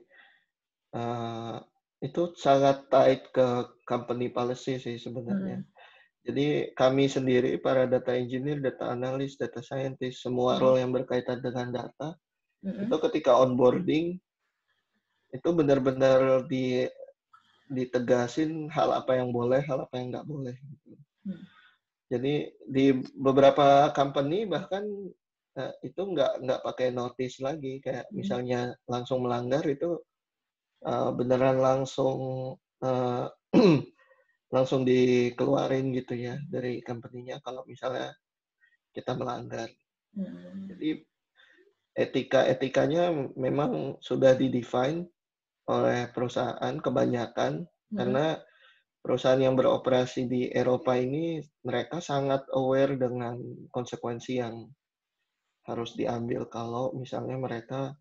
itu sangat tight ke company policy sih sebenarnya. Jadi kami sendiri, para data engineer, data analyst, data scientist, semua role yang berkaitan dengan data, itu ketika onboarding, itu benar-benar ditegasin hal apa yang boleh, hal apa yang nggak boleh. Jadi di beberapa company bahkan itu nggak pakai notice lagi, kayak misalnya langsung melanggar itu beneran langsung uh, langsung dikeluarin gitu ya dari company-nya kalau misalnya kita melanggar. Jadi etikanya memang sudah di-define oleh perusahaan kebanyakan karena perusahaan yang beroperasi di Eropa ini mereka sangat aware dengan konsekuensi yang harus diambil kalau misalnya mereka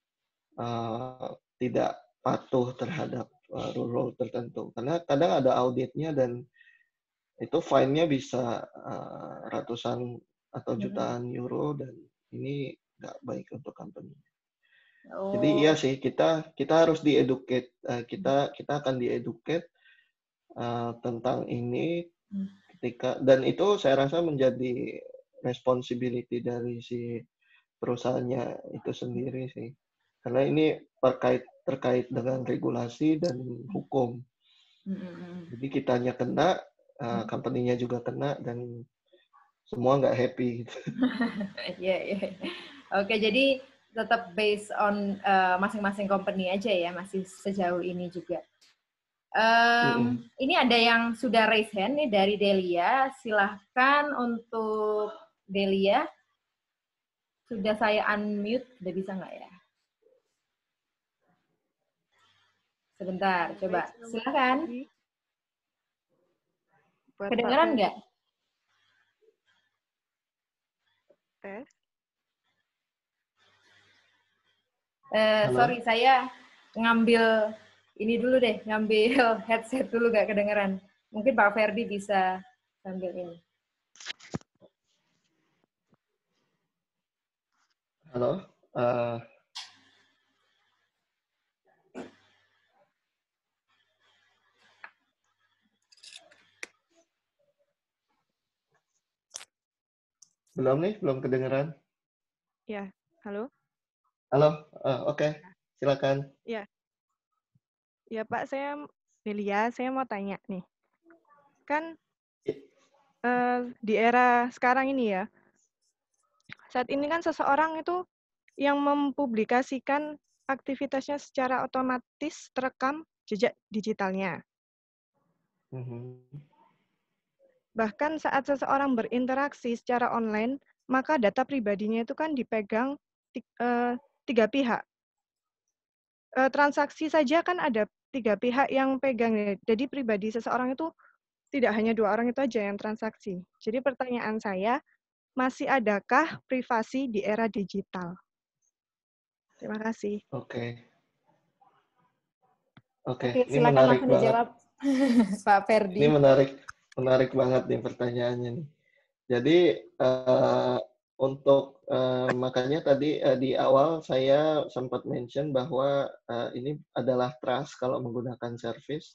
tidak patuh terhadap rule tertentu. Karena kadang ada auditnya dan itu fine-nya bisa ratusan atau jutaan euro dan ini nggak baik untuk company. Jadi iya sih kita harus di-educate, kita akan di-educate tentang ini ketika, dan itu saya rasa menjadi responsibility dari si perusahaannya itu sendiri sih. Karena ini terkait dengan regulasi dan hukum. Jadi kitanya kena, company-nya juga kena, dan semua nggak happy. Iya. Oke, jadi tetap based on masing-masing company aja ya, masih sejauh ini juga. Ini ada yang sudah raise hand nih dari Delia. Silahkan untuk Delia. Sudah saya unmute, udah bisa nggak ya? Sebentar, coba. Silahkan. Kedengeran nggak? Sorry, saya ngambil ini dulu deh, ngambil headset dulu, nggak kedengeran. Mungkin Pak Ferdi bisa sambil ini. Halo. Belum kedengeran. Ya, halo. Halo, oke. Silakan. Ya Pak, Delia, saya mau tanya nih. Kan di era sekarang ini ya, saat ini kan seseorang itu yang mempublikasikan aktivitasnya secara otomatis terekam jejak digitalnya. Bahkan saat seseorang berinteraksi secara online, maka data pribadinya itu kan dipegang 3 pihak. Transaksi saja kan ada 3 pihak yang pegang. Jadi pribadi seseorang itu tidak hanya 2 orang itu aja yang transaksi. Jadi pertanyaan saya, masih adakah privasi di era digital? Terima kasih. Oke, ini silakan menarik langsung banget. dijawab, Pak Ferdi. Ini menarik banget nih pertanyaannya nih. Jadi untuk makanya tadi di awal saya sempat mention bahwa ini adalah trust kalau menggunakan service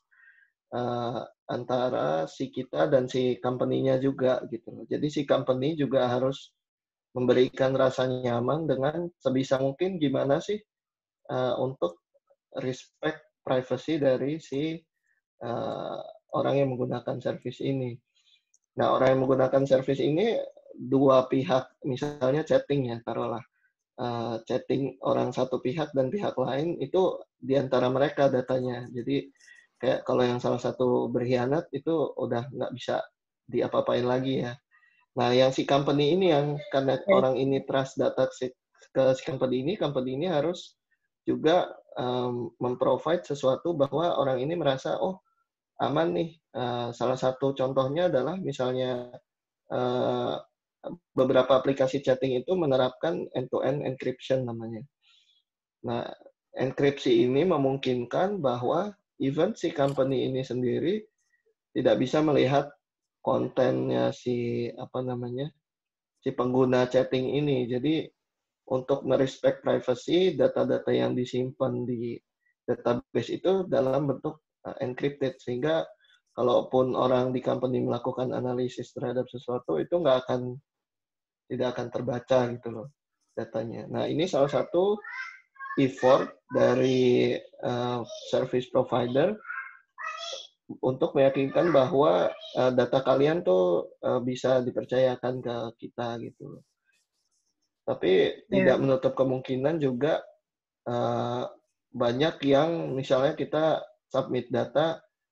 antara si kita dan si company-nya juga gitu. Jadi si company juga harus memberikan rasa nyaman dengan sebisa mungkin gimana sih untuk respect privacy dari si orang yang menggunakan service ini. Nah, orang yang menggunakan service ini 2 pihak, misalnya chatting ya, taruhlah. Chatting orang satu pihak dan pihak lain itu di antara mereka datanya. Jadi kayak kalau yang salah satu berkhianat itu udah nggak bisa diapa-apain lagi ya. Nah, yang si company ini yang karena orang ini trust data ke si company ini harus juga memprovide sesuatu bahwa orang ini merasa, oh aman nih. Salah satu contohnya adalah misalnya beberapa aplikasi chatting itu menerapkan end-to-end encryption namanya. Nah, enkripsi ini memungkinkan bahwa even si company ini sendiri tidak bisa melihat kontennya si pengguna chatting ini. Jadi untuk merespect privacy, data-data yang disimpan di database itu dalam bentuk encrypted, sehingga kalaupun orang di company melakukan analisis terhadap sesuatu itu tidak akan terbaca gitu loh datanya. Nah, ini salah satu effort dari service provider untuk meyakinkan bahwa data kalian tuh bisa dipercayakan ke kita gitu loh. Tapi tidak menutup kemungkinan juga banyak yang misalnya kita submit data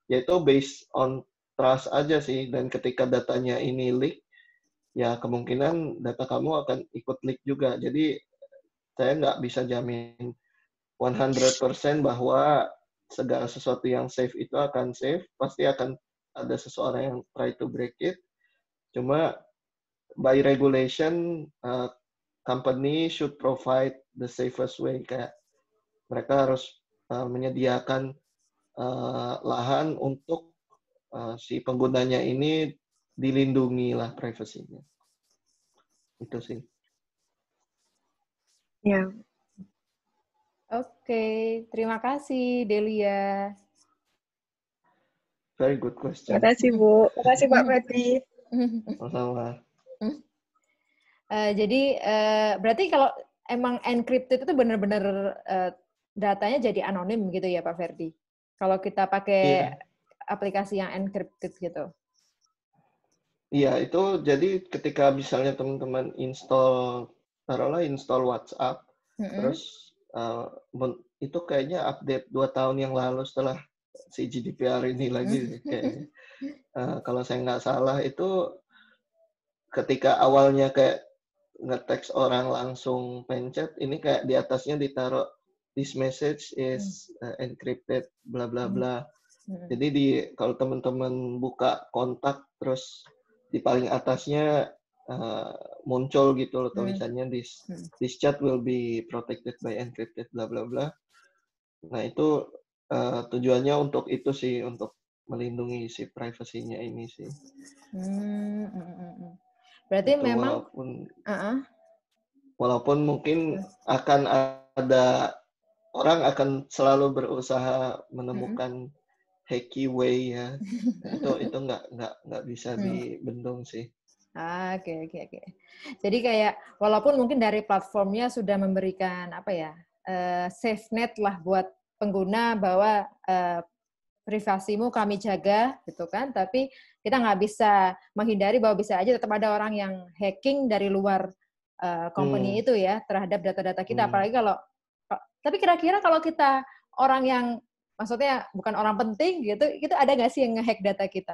yaitu based on trust aja sih. Dan ketika datanya ini leak, ya kemungkinan data kamu akan ikut leak juga. Jadi saya nggak bisa jamin 100% bahwa segala sesuatu yang safe itu akan safe. Pasti akan ada seseorang yang try to break it. Cuma by regulation, company should provide the safest way. Kayak mereka harus menyediakan lahan untuk si penggunanya ini dilindungi lah privasinya. Itu sih. Ya, Oke, terima kasih Delia. Very good question. terima kasih Bu. Terima kasih Pak Freddy. Sama-sama. Jadi berarti kalau emang encrypted itu benar-benar datanya jadi anonim gitu ya Pak Ferdi? Kalau kita pakai Iya. aplikasi yang encrypted gitu. Iya, itu jadi ketika misalnya teman-teman taruhlah install WhatsApp, terus itu kayaknya update 2 tahun yang lalu setelah si GDPR ini lagi kayaknya. Kalau saya nggak salah itu ketika awalnya kayak nge-text orang langsung pencet, ini kayak di atasnya ditaruh this message is encrypted bla bla bla. Jadi kalau teman-teman buka kontak terus di paling atasnya muncul gitu loh tulisannya this chat will be protected by encrypted bla bla bla. Nah itu tujuannya untuk itu sih, untuk melindungi si privasinya ini sih. Berarti itu memang walaupun mungkin akan ada orang akan selalu berusaha menemukan hacky way ya. itu nggak bisa dibendung sih. Oke. Jadi kayak walaupun mungkin dari platformnya sudah memberikan apa ya safe net lah buat pengguna bahwa privasimu kami jaga gitu kan, tapi kita nggak bisa menghindari bahwa bisa aja tetap ada orang yang hacking dari luar company itu ya terhadap data-data kita. Apalagi tapi kira-kira kalau kita orang yang maksudnya bukan orang penting gitu, itu ada nggak sih yang nge-hack data kita?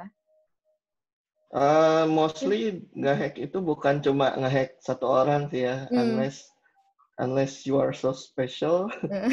Mostly nge-hack itu bukan cuma nge-hack satu orang sih ya, unless you are so special.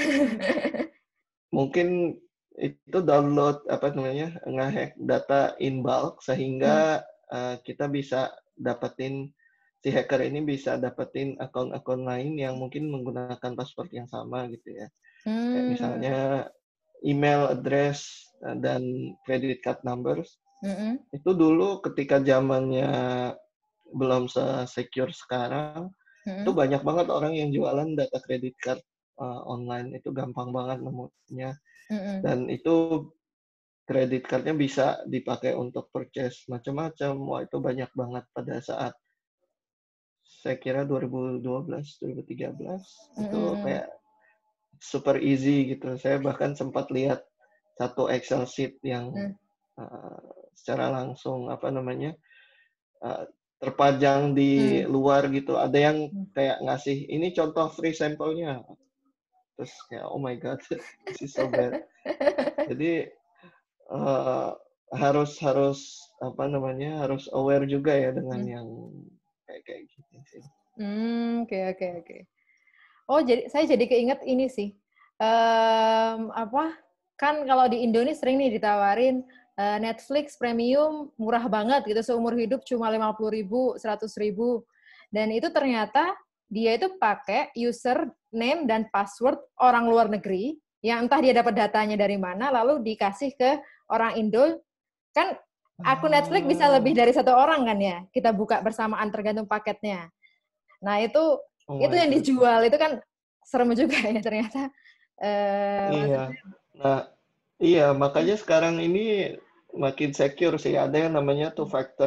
Mungkin itu download nge-hack data in bulk sehingga kita bisa dapetin, si hacker ini bisa dapetin akun-akun lain yang mungkin menggunakan password yang sama gitu ya. Kayak misalnya email address dan credit card numbers. Itu dulu ketika zamannya belum se-secure sekarang, itu banyak banget orang yang jualan data credit card online. Itu gampang banget nemunya. Dan itu credit card-nya bisa dipakai untuk purchase macam-macam. Wah, itu banyak banget pada saat saya kira 2012, 2013. Itu kayak super easy gitu. Saya bahkan sempat lihat satu Excel sheet yang secara langsung terpajang di luar gitu. Ada yang kayak ngasih ini contoh free sampelnya. Terus kayak oh my god, this is so bad. Jadi harus aware juga ya dengan yang kayak gitu sih. Oke. Oh, saya jadi keinget ini sih. Kan kalau di Indonesia sering nih ditawarin Netflix premium murah banget gitu, seumur hidup cuma 50.000, 100.000. Dan itu ternyata dia itu pakai username dan password orang luar negeri yang entah dia dapat datanya dari mana, lalu dikasih ke orang Indo. Kan akun Netflix bisa lebih dari satu orang kan ya, kita buka bersamaan tergantung paketnya. Nah itu yang dijual itu kan serem juga ya ternyata. Iya. Nah, iya makanya sekarang ini makin secure sih. Ada yang namanya two-factor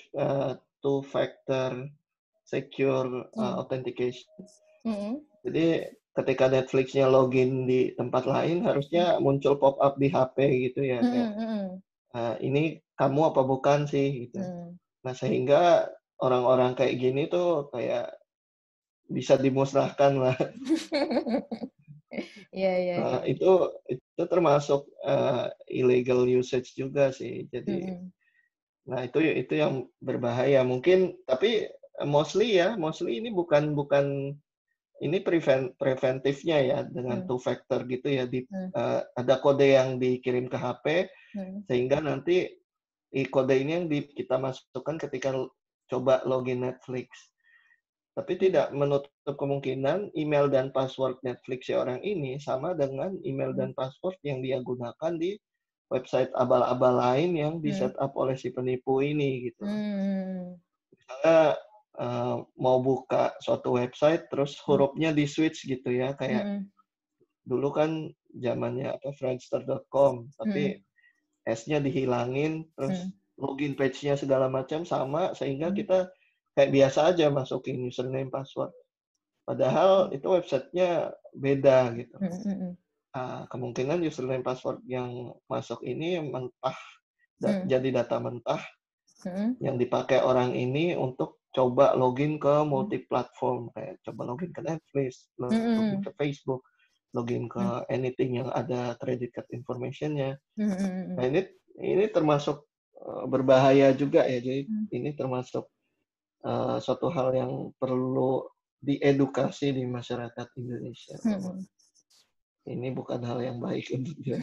secure authentication. Jadi ketika Netflix-nya login di tempat lain, harusnya muncul pop-up di HP gitu ya. Ini kamu apa bukan sih gitu. Nah sehingga orang-orang kayak gini tuh kayak bisa dimusnahkan lah. Iya. Itu itu termasuk illegal usage juga sih. Jadi, nah itu yang berbahaya. Mungkin, tapi mostly ini bukan ini preventifnya ya dengan two factor gitu ya. Ada kode yang dikirim ke HP sehingga nanti kode ini yang kita masukkan ketika coba login Netflix. Tapi tidak menutup kemungkinan email dan password Netflix orang ini sama dengan email dan password yang dia gunakan di website abal-abal lain yang di setup oleh si penipu ini gitu. Misalnya mau buka suatu website terus hurufnya di switch gitu ya, kayak dulu kan zamannya friendster.com, tapi S-nya dihilangin, terus login page-nya segala macam sama, sehingga kita kayak biasa aja masukin username password. Padahal itu websitenya beda gitu. Kemungkinan username password yang masuk ini mentah, jadi data mentah yang dipakai orang ini untuk coba login ke multi platform, kayak coba login ke Netflix, login ke Facebook, login ke anything yang ada credit card information-nya. Nah ini termasuk berbahaya juga ya. Jadi ini termasuk suatu hal yang perlu diedukasi di masyarakat Indonesia. Ini bukan hal yang baik untuk dia.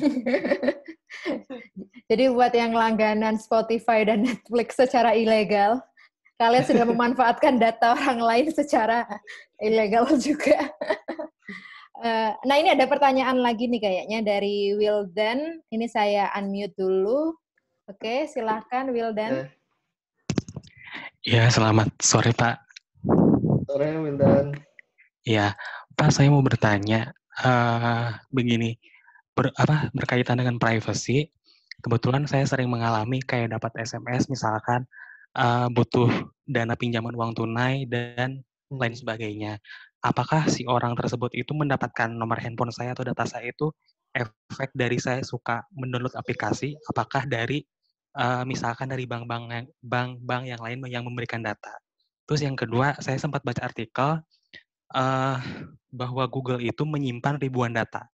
Jadi buat yang langganan Spotify dan Netflix secara ilegal, kalian sudah memanfaatkan data orang lain secara ilegal juga. Nah, ini ada pertanyaan lagi nih kayaknya dari Wildan. Ini saya unmute dulu. Oke, silahkan Wildan. Ya, selamat sore Pak. Sore Wildan. Ya, Pak, saya mau bertanya begini, berkaitan dengan privacy. Kebetulan saya sering mengalami kayak dapat SMS misalkan butuh dana pinjaman uang tunai dan lain sebagainya. Apakah si orang tersebut itu mendapatkan nomor handphone saya atau data saya itu efek dari saya suka mendownload aplikasi? Apakah dari misalkan dari bank-bank yang lain yang memberikan data? Terus yang kedua, saya sempat baca artikel bahwa Google itu menyimpan ribuan data.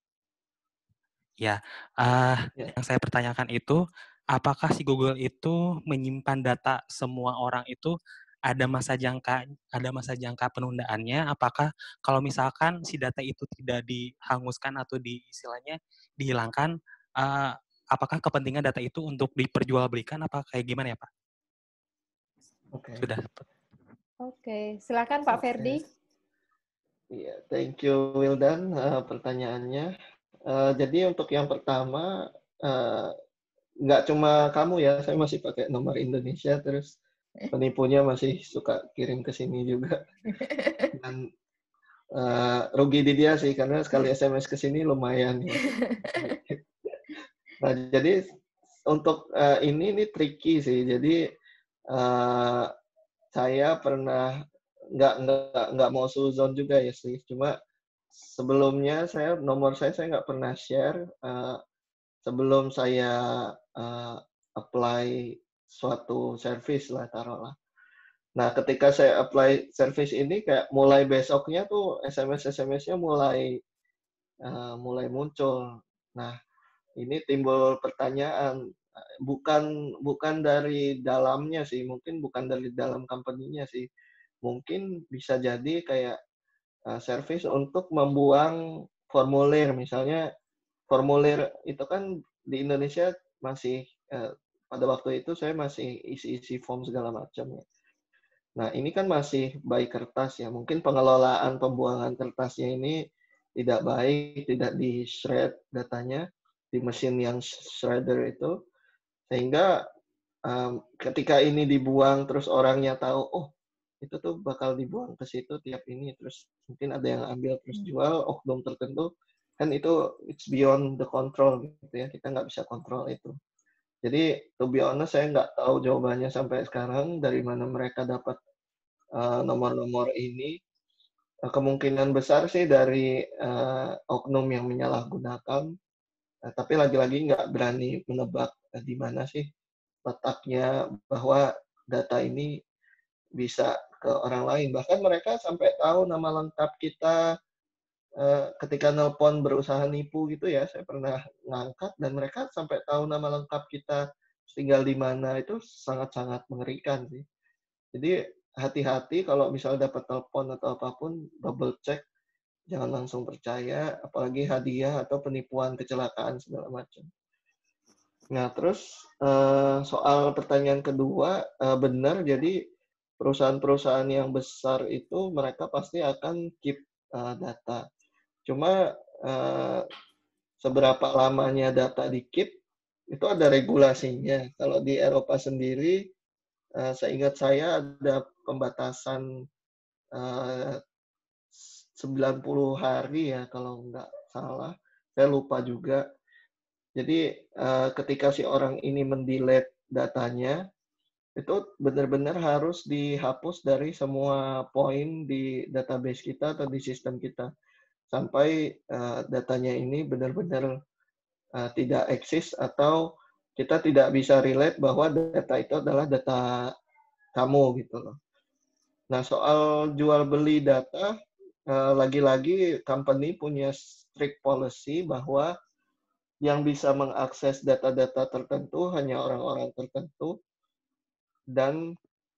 Ya, yang saya pertanyakan itu, apakah si Google itu menyimpan data semua orang itu ada masa jangka penundaannya? Apakah kalau misalkan si data itu tidak dihanguskan atau istilahnya dihilangkan, apakah kepentingan data itu untuk diperjualbelikan? Apa kayak gimana ya Pak? Sudah. Oke, silakan Pak Ferdi. Iya, thank you Wildan pertanyaannya. Jadi untuk yang pertama, nggak cuma kamu ya, saya masih pakai nomor Indonesia, terus penipunya masih suka kirim ke sini juga. Dan rugi di dia sih, karena sekali SMS ke sini lumayan ya. Nah, jadi untuk ini tricky sih. Jadi saya pernah nggak mau suzon juga ya sih. Cuma sebelumnya nomor saya nggak pernah share sebelum saya apply suatu service lah, taruhlah. Nah, ketika saya apply service ini, kayak mulai besoknya tuh SMS-nya mulai muncul. Nah, ini timbul pertanyaan, bukan dari dalamnya sih, mungkin bukan dari dalam company-nya sih. Mungkin bisa jadi kayak service untuk membuang formulir, misalnya formulir itu kan di Indonesia masih pada waktu itu saya masih isi form segala macam ya. Nah, ini kan masih by kertas ya. Mungkin pengelolaan pembuangan kertasnya ini tidak baik, tidak di-shred datanya di mesin yang shredder itu, sehingga ketika ini dibuang terus orangnya tahu, oh itu tuh bakal dibuang ke situ tiap ini, terus mungkin ada yang ambil terus jual oknum tertentu, kan itu it's beyond the control gitu ya, kita nggak bisa kontrol itu. Jadi to be honest, saya nggak tahu jawabannya sampai sekarang dari mana mereka dapat nomor-nomor ini. Kemungkinan besar sih dari oknum yang menyalahgunakan, tapi lagi-lagi nggak berani menebak di mana sih letaknya bahwa data ini bisa ke orang lain. Bahkan mereka sampai tahu nama lengkap kita, ketika nelpon berusaha nipu gitu ya, saya pernah ngangkat dan mereka sampai tahu nama lengkap kita, tinggal di mana, itu sangat-sangat mengerikan sih. Jadi hati-hati kalau misalnya dapat telepon atau apapun, double check, jangan langsung percaya, apalagi hadiah atau penipuan kecelakaan segala macam. Nah, terus soal pertanyaan kedua, benar, jadi perusahaan-perusahaan yang besar itu mereka pasti akan keep data. Cuma seberapa lamanya data di-keep, itu ada regulasinya. Kalau di Eropa sendiri, seingat saya ada pembatasan 90 hari ya, kalau nggak salah. Saya lupa juga. Jadi ketika si orang ini mendelete datanya, itu benar-benar harus dihapus dari semua poin di database kita atau di sistem kita. Sampai datanya ini benar-benar tidak eksis atau kita tidak bisa relate bahwa data itu adalah data kamu gitu loh. Nah, soal jual beli data, lagi-lagi company punya strict policy bahwa yang bisa mengakses data-data tertentu hanya orang-orang tertentu dan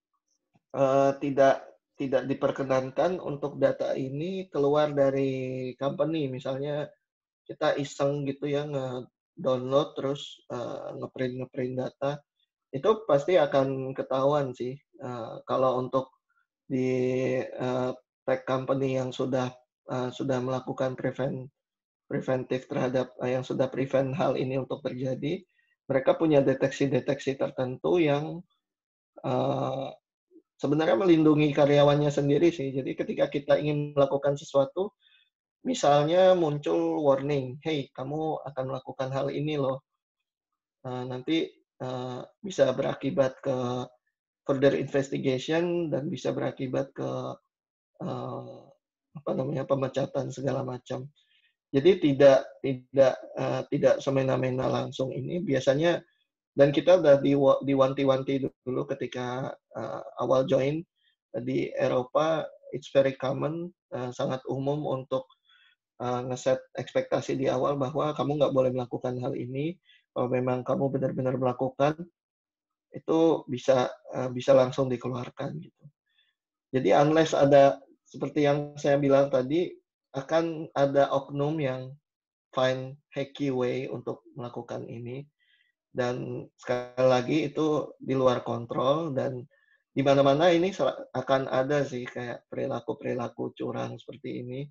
tidak diperkenankan untuk data ini keluar dari company. Misalnya kita iseng gitu ya nge-download terus nge-print data, itu pasti akan ketahuan sih. Kalau untuk di tech company yang sudah melakukan preventif terhadap yang sudah prevent hal ini untuk terjadi, mereka punya deteksi-deteksi tertentu yang sebenarnya melindungi karyawannya sendiri sih. Jadi ketika kita ingin melakukan sesuatu, misalnya muncul warning, hey, kamu akan melakukan hal ini loh. Nanti bisa berakibat ke further investigation dan bisa berakibat ke pemecatan segala macam. Jadi tidak semena-mena langsung ini biasanya, dan kita udah diwanti-wanti dulu ketika awal join di Eropa. It's very common, sangat umum untuk ngeset ekspektasi di awal bahwa kamu nggak boleh melakukan hal ini. Kalau memang kamu benar-benar melakukan, itu bisa langsung dikeluarkan gitu. Jadi unless ada, seperti yang saya bilang tadi, akan ada oknum yang find hacky way untuk melakukan ini. Dan sekali lagi itu di luar kontrol, dan di mana-mana ini akan ada sih kayak perilaku-perilaku curang seperti ini.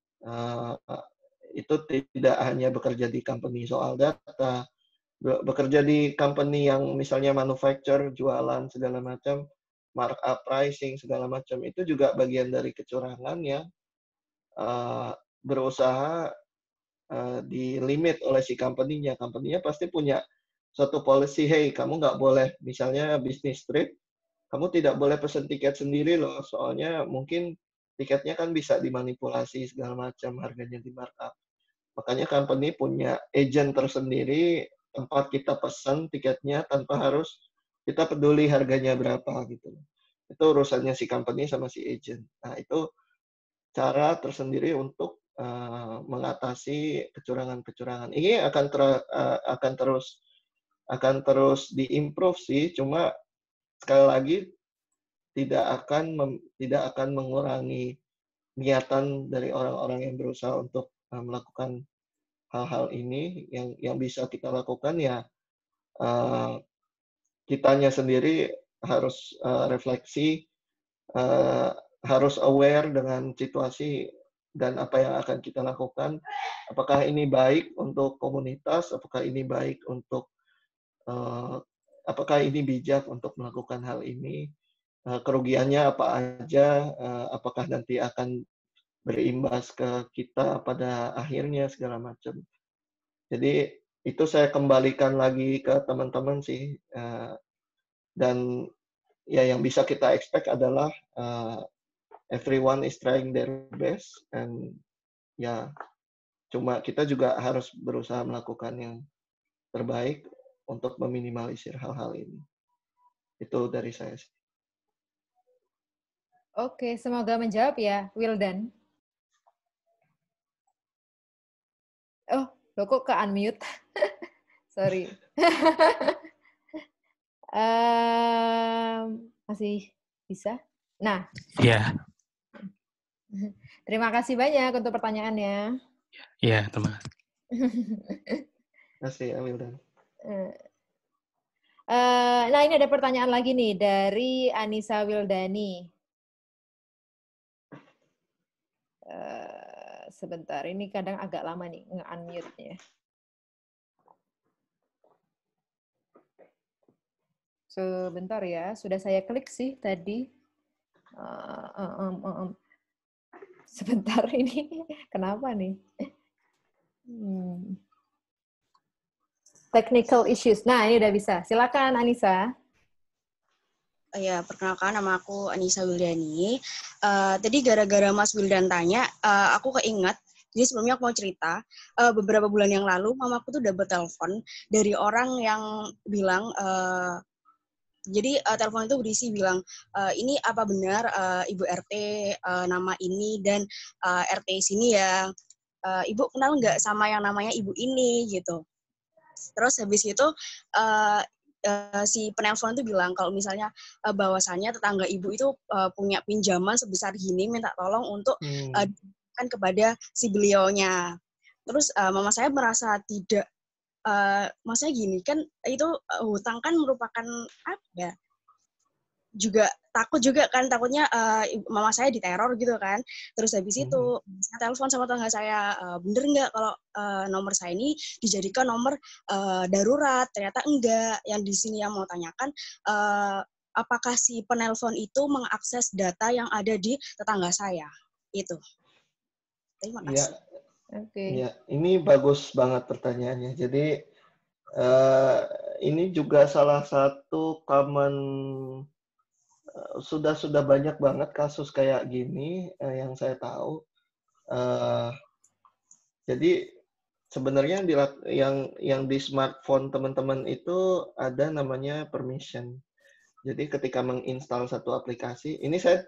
Itu tidak hanya bekerja di company soal data, bekerja di company yang misalnya manufacture, jualan segala macam, markup pricing segala macam, itu juga bagian dari kecurangan yang berusaha di limit oleh si company-nya. Company-nya pasti punya suatu policy, hey, kamu nggak boleh, misalnya business trip, kamu tidak boleh pesen tiket sendiri loh, soalnya mungkin tiketnya kan bisa dimanipulasi segala macam, harganya di markup. Makanya company punya agent tersendiri, tempat kita pesan tiketnya tanpa harus kita peduli harganya berapa gitu. Itu urusannya si company sama si agent. Nah, itu cara tersendiri untuk mengatasi kecurangan-kecurangan. Ini akan terus diimprove sih, cuma sekali lagi tidak akan mengurangi niatan dari orang-orang yang berusaha untuk melakukan hal-hal ini. Yang bisa kita lakukan ya kitanya sendiri harus refleksi, harus aware dengan situasi dan apa yang akan kita lakukan. Apakah ini baik untuk komunitas? Apakah ini baik untuk apakah ini bijak untuk melakukan hal ini? Kerugiannya apa aja? Apakah nanti akan berimbas ke kita pada akhirnya segala macam. Jadi itu saya kembalikan lagi ke teman-teman sih. Dan ya yang bisa kita expect adalah everyone is trying their best, and ya cuma kita juga harus berusaha melakukan yang terbaik untuk meminimalisir hal-hal ini. Itu dari saya sih. Oke, semoga menjawab ya, Wildan. Oh, lo kok ke unmute? Sorry. Masih bisa? Nah, Iya, terima kasih banyak untuk pertanyaannya. iya, teman. Terima kasih, Awildan. Nah, ini ada pertanyaan lagi nih dari Anissa Wildani. Sebentar, ini kadang agak lama nih nge-unmute-nya. Sebentar ya, sudah saya klik sih tadi. Sebentar ini, kenapa nih? Technical issues. Nah, ini udah bisa. Silakan, Anissa. Ya, perkenalkan nama aku Anissa Wildani. Tadi gara-gara Mas Wildan tanya, aku keinget. Jadi sebelumnya aku mau cerita, beberapa bulan yang lalu mamaku tuh dapat telepon dari orang yang bilang, jadi telepon itu berisi bilang, ini apa benar Ibu RT nama ini dan RT sini ya, Ibu kenal nggak sama yang namanya Ibu ini gitu. Terus habis itu si penelpon itu bilang kalau misalnya bahwasannya tetangga ibu itu punya pinjaman sebesar gini, minta tolong untuk kan kepada si beliaunya. Terus mama saya merasa tidak, maksudnya gini kan itu hutang kan merupakan apa ya? Juga takut juga kan, takutnya mama saya diteror gitu kan. Terus habis itu saya telepon sama tetangga saya, bener nggak kalau nomor saya ini dijadikan nomor darurat? Ternyata enggak. Yang di sini yang mau tanyakan, apakah si penelpon itu mengakses data yang ada di tetangga saya? Itu. Terima kasih. Ya, ini bagus banget pertanyaannya. Jadi ini juga salah satu common, sudah banyak banget kasus kayak gini yang saya tahu. Jadi sebenarnya yang di smartphone teman-teman itu ada namanya permission. Jadi ketika menginstal satu aplikasi, ini saya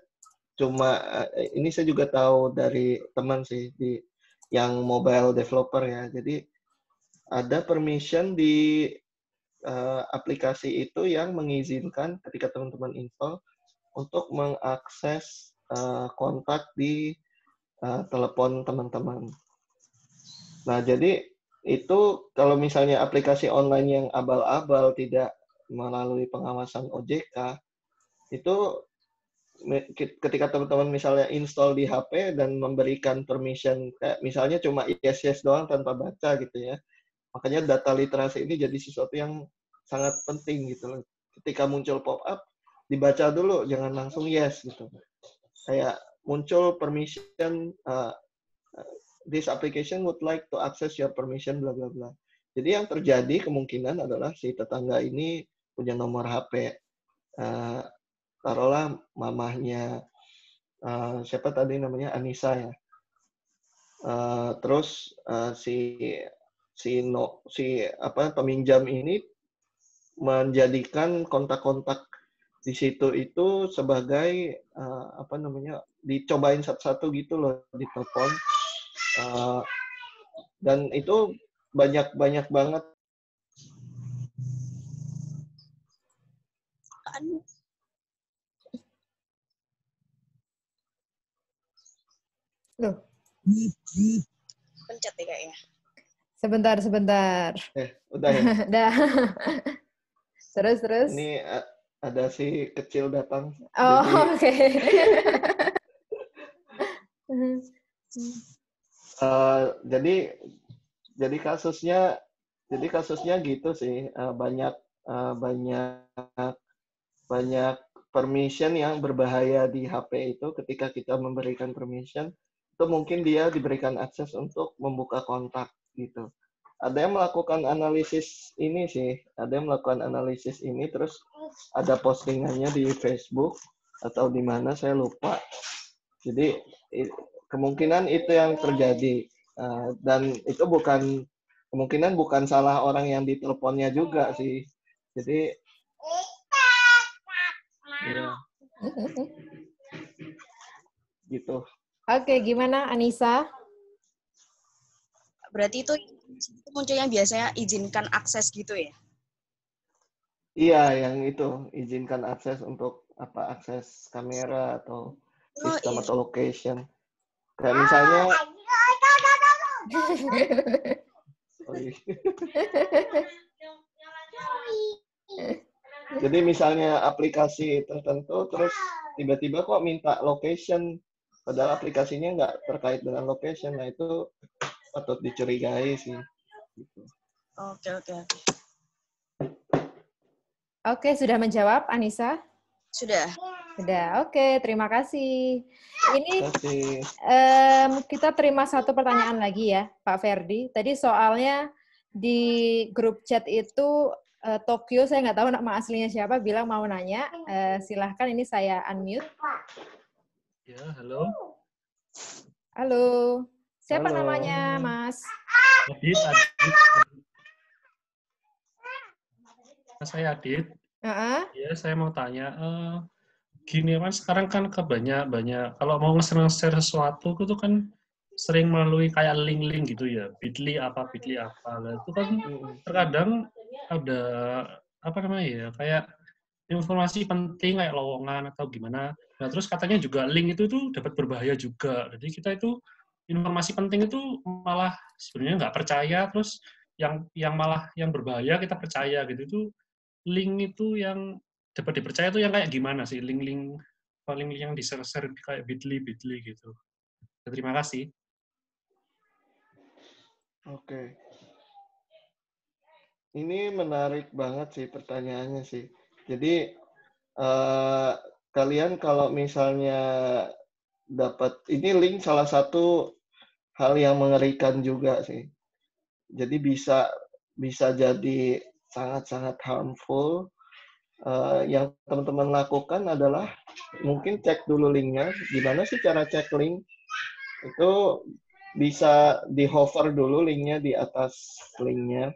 juga tahu dari teman sih yang mobile developer ya. Jadi ada permission di aplikasi itu yang mengizinkan ketika teman-teman install untuk mengakses kontak di telepon teman-teman. Nah, jadi itu kalau misalnya aplikasi online yang abal-abal tidak melalui pengawasan OJK, itu ketika teman-teman misalnya install di HP dan memberikan permission, kayak misalnya cuma yes doang tanpa baca gitu ya. Makanya data literasi ini jadi sesuatu yang sangat penting gitu loh. Ketika muncul pop-up, dibaca dulu, jangan langsung yes gitu. Kayak muncul permission, this application would like to access your permission, bla bla bla. Jadi yang terjadi kemungkinan adalah si tetangga ini punya nomor HP. Taruhlah mamahnya, siapa tadi namanya, Anissa ya. Terus peminjam ini menjadikan kontak-kontak di situ itu sebagai dicobain satu-satu gitu loh di telepon, dan itu banyak banget. Loh. Pencet deh kayaknya. Sebentar. Udah ya? Udah. Terus. Ini ada si kecil datang. Oh, oke. Jadi kasusnya gitu sih. Banyak permission yang berbahaya di HP itu. Ketika kita memberikan permission, itu mungkin dia diberikan akses untuk membuka kontak gitu. Ada yang melakukan analisis ini sih, terus ada postingannya di Facebook atau di mana saya lupa. Jadi kemungkinan itu yang terjadi, dan itu kemungkinan bukan salah orang yang diteleponnya juga sih. Jadi ya, gitu. Oke, gimana Anissa? Berarti itu munculnya biasanya izinkan akses gitu ya? Iya, yang itu izinkan akses untuk akses kamera atau sistem atau location. Kayak misalnya jadi misalnya aplikasi tertentu terus tiba-tiba kok minta location padahal aplikasinya nggak terkait dengan location. Nah, itu patut dicurigai sih. Gitu. Oke. Oke, sudah menjawab Anissa? Sudah. Oke, terima kasih. Ini Terima kasih. Kita terima satu pertanyaan lagi ya, Pak Ferdi. Tadi soalnya di grup chat itu Tokyo, saya nggak tahu nama aslinya siapa, bilang mau nanya. Silahkan, ini saya unmute. Ya, halo. Halo. Siapa Halo. namanya, Mas? Adit. Saya Adit. Ya, saya mau tanya. Gini kan, sekarang kan banyak kalau mau nge-share sesuatu itu kan sering melalui kayak link-link gitu ya. Bitly apa. Nah, itu kan terkadang ada kayak informasi penting kayak lowongan atau gimana. Nah, terus katanya juga link itu tuh dapat berbahaya juga. Jadi kita itu informasi penting itu malah sebenarnya nggak percaya, terus yang malah yang berbahaya kita percaya gitu. Itu link itu yang dapat dipercaya itu yang kayak gimana sih? Link-link yang di-share kayak Bitly gitu. Ya, terima kasih. Oke. Ini menarik banget sih pertanyaannya sih. Jadi kalian kalau misalnya dapat ini link, salah satu hal yang mengerikan juga sih. Jadi bisa jadi sangat-sangat harmful. Yang teman-teman lakukan adalah mungkin cek dulu linknya. Gimana sih cara cek link? Itu bisa di hover dulu linknya di atas linknya.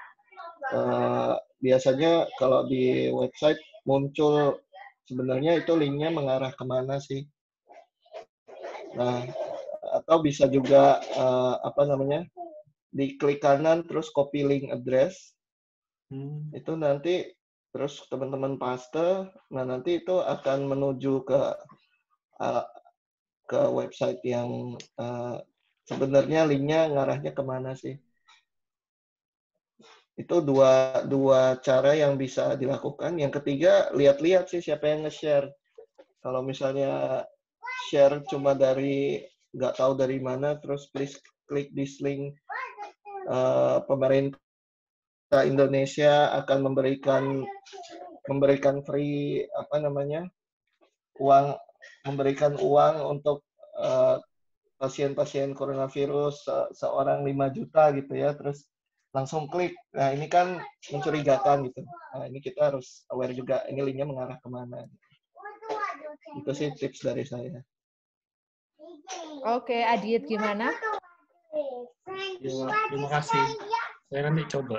Biasanya kalau di website muncul sebenarnya itu linknya mengarah kemana sih. Nah, atau bisa juga diklik kanan terus copy link address. Itu nanti terus teman-teman paste. Nah, nanti itu akan menuju ke website yang sebenarnya linknya ngarahnya kemana sih. Itu dua cara yang bisa dilakukan. Yang ketiga, lihat-lihat sih siapa yang nge-share. Kalau misalnya share cuma dari nggak tahu dari mana, terus please klik this link. Pemerintah Indonesia akan memberikan free memberikan uang untuk pasien-pasien coronavirus seorang 5 juta gitu ya, terus langsung klik. Nah, ini kan mencurigakan gitu. Nah, ini kita harus aware juga, ini linknya mengarah kemana. Itu sih tips dari saya. Oke, Adit, gimana? Ya, terima kasih. Saya nanti coba.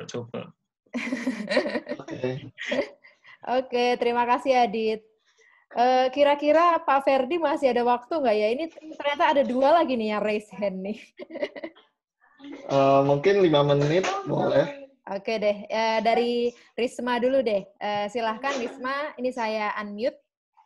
Oke, terima kasih Adit. Kira-kira Pak Ferdi masih ada waktu nggak ya? Ini ternyata ada 2 lagi nih yang raise hand nih. Mungkin 5 menit boleh. Oke deh, dari Risma dulu deh. Silahkan Risma, ini saya unmute.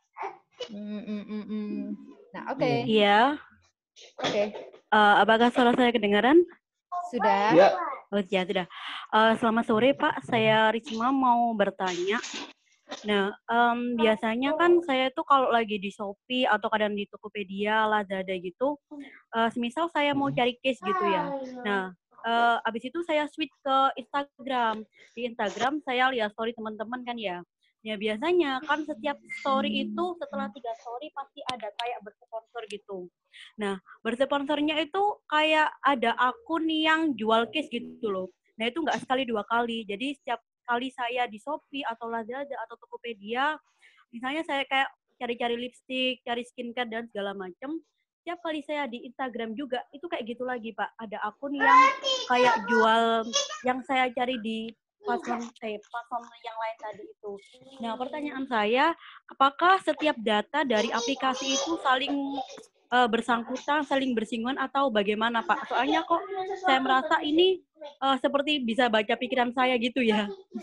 Nah, oke. Iya. Oke. Apakah suara saya kedengaran? Sudah. Ya. Oh ya, sudah. Selamat sore Pak, saya Risma mau bertanya. Nah, biasanya kan saya tuh kalau lagi di Shopee atau kadang di Tokopedia, Lazada gitu, semisal saya mau cari case gitu ya. Nah, abis itu saya switch ke Instagram. Di Instagram saya lihat story teman-teman kan ya. Ya biasanya kan setiap story itu setelah 3 story pasti ada kayak bersponsor gitu. Nah, bersponsornya itu kayak ada akun yang jual case gitu loh. Nah, itu nggak sekali 2 kali. Jadi setiap kali saya di Shopee atau Lazada atau Tokopedia, misalnya saya kayak cari-cari lipstick, cari skincare dan segala macam, setiap kali saya di Instagram juga itu kayak gitu lagi Pak. Ada akun yang kayak jual yang saya cari di platform yang lain tadi itu. Nah, pertanyaan saya, apakah setiap data dari aplikasi itu saling bersangkutan saling bersinggungan atau bagaimana Pak? Soalnya kok saya merasa ini seperti bisa baca pikiran saya gitu ya.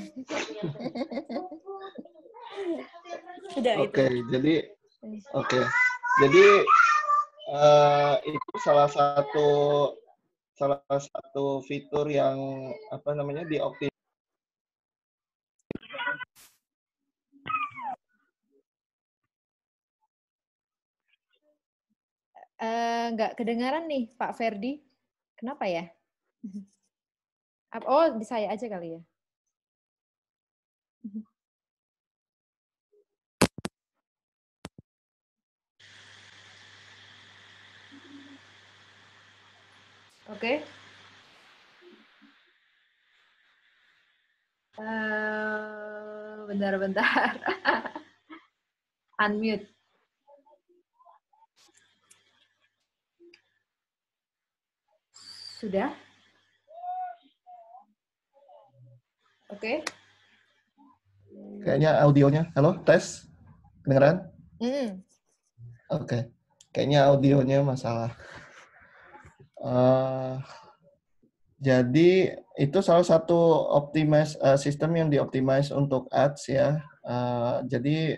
Sudah itu. Jadi itu salah satu fitur yang dioptimalkan. Nggak kedengaran nih Pak Ferdi. Kenapa ya? Oh, di saya aja kali ya. Oke. Bentar. Unmute. Sudah? Oke. Kayaknya audionya. Halo, tes. Kedengeran? Oke. Kayaknya audionya masalah. Jadi itu salah satu sistem yang dioptimize untuk ads ya. Jadi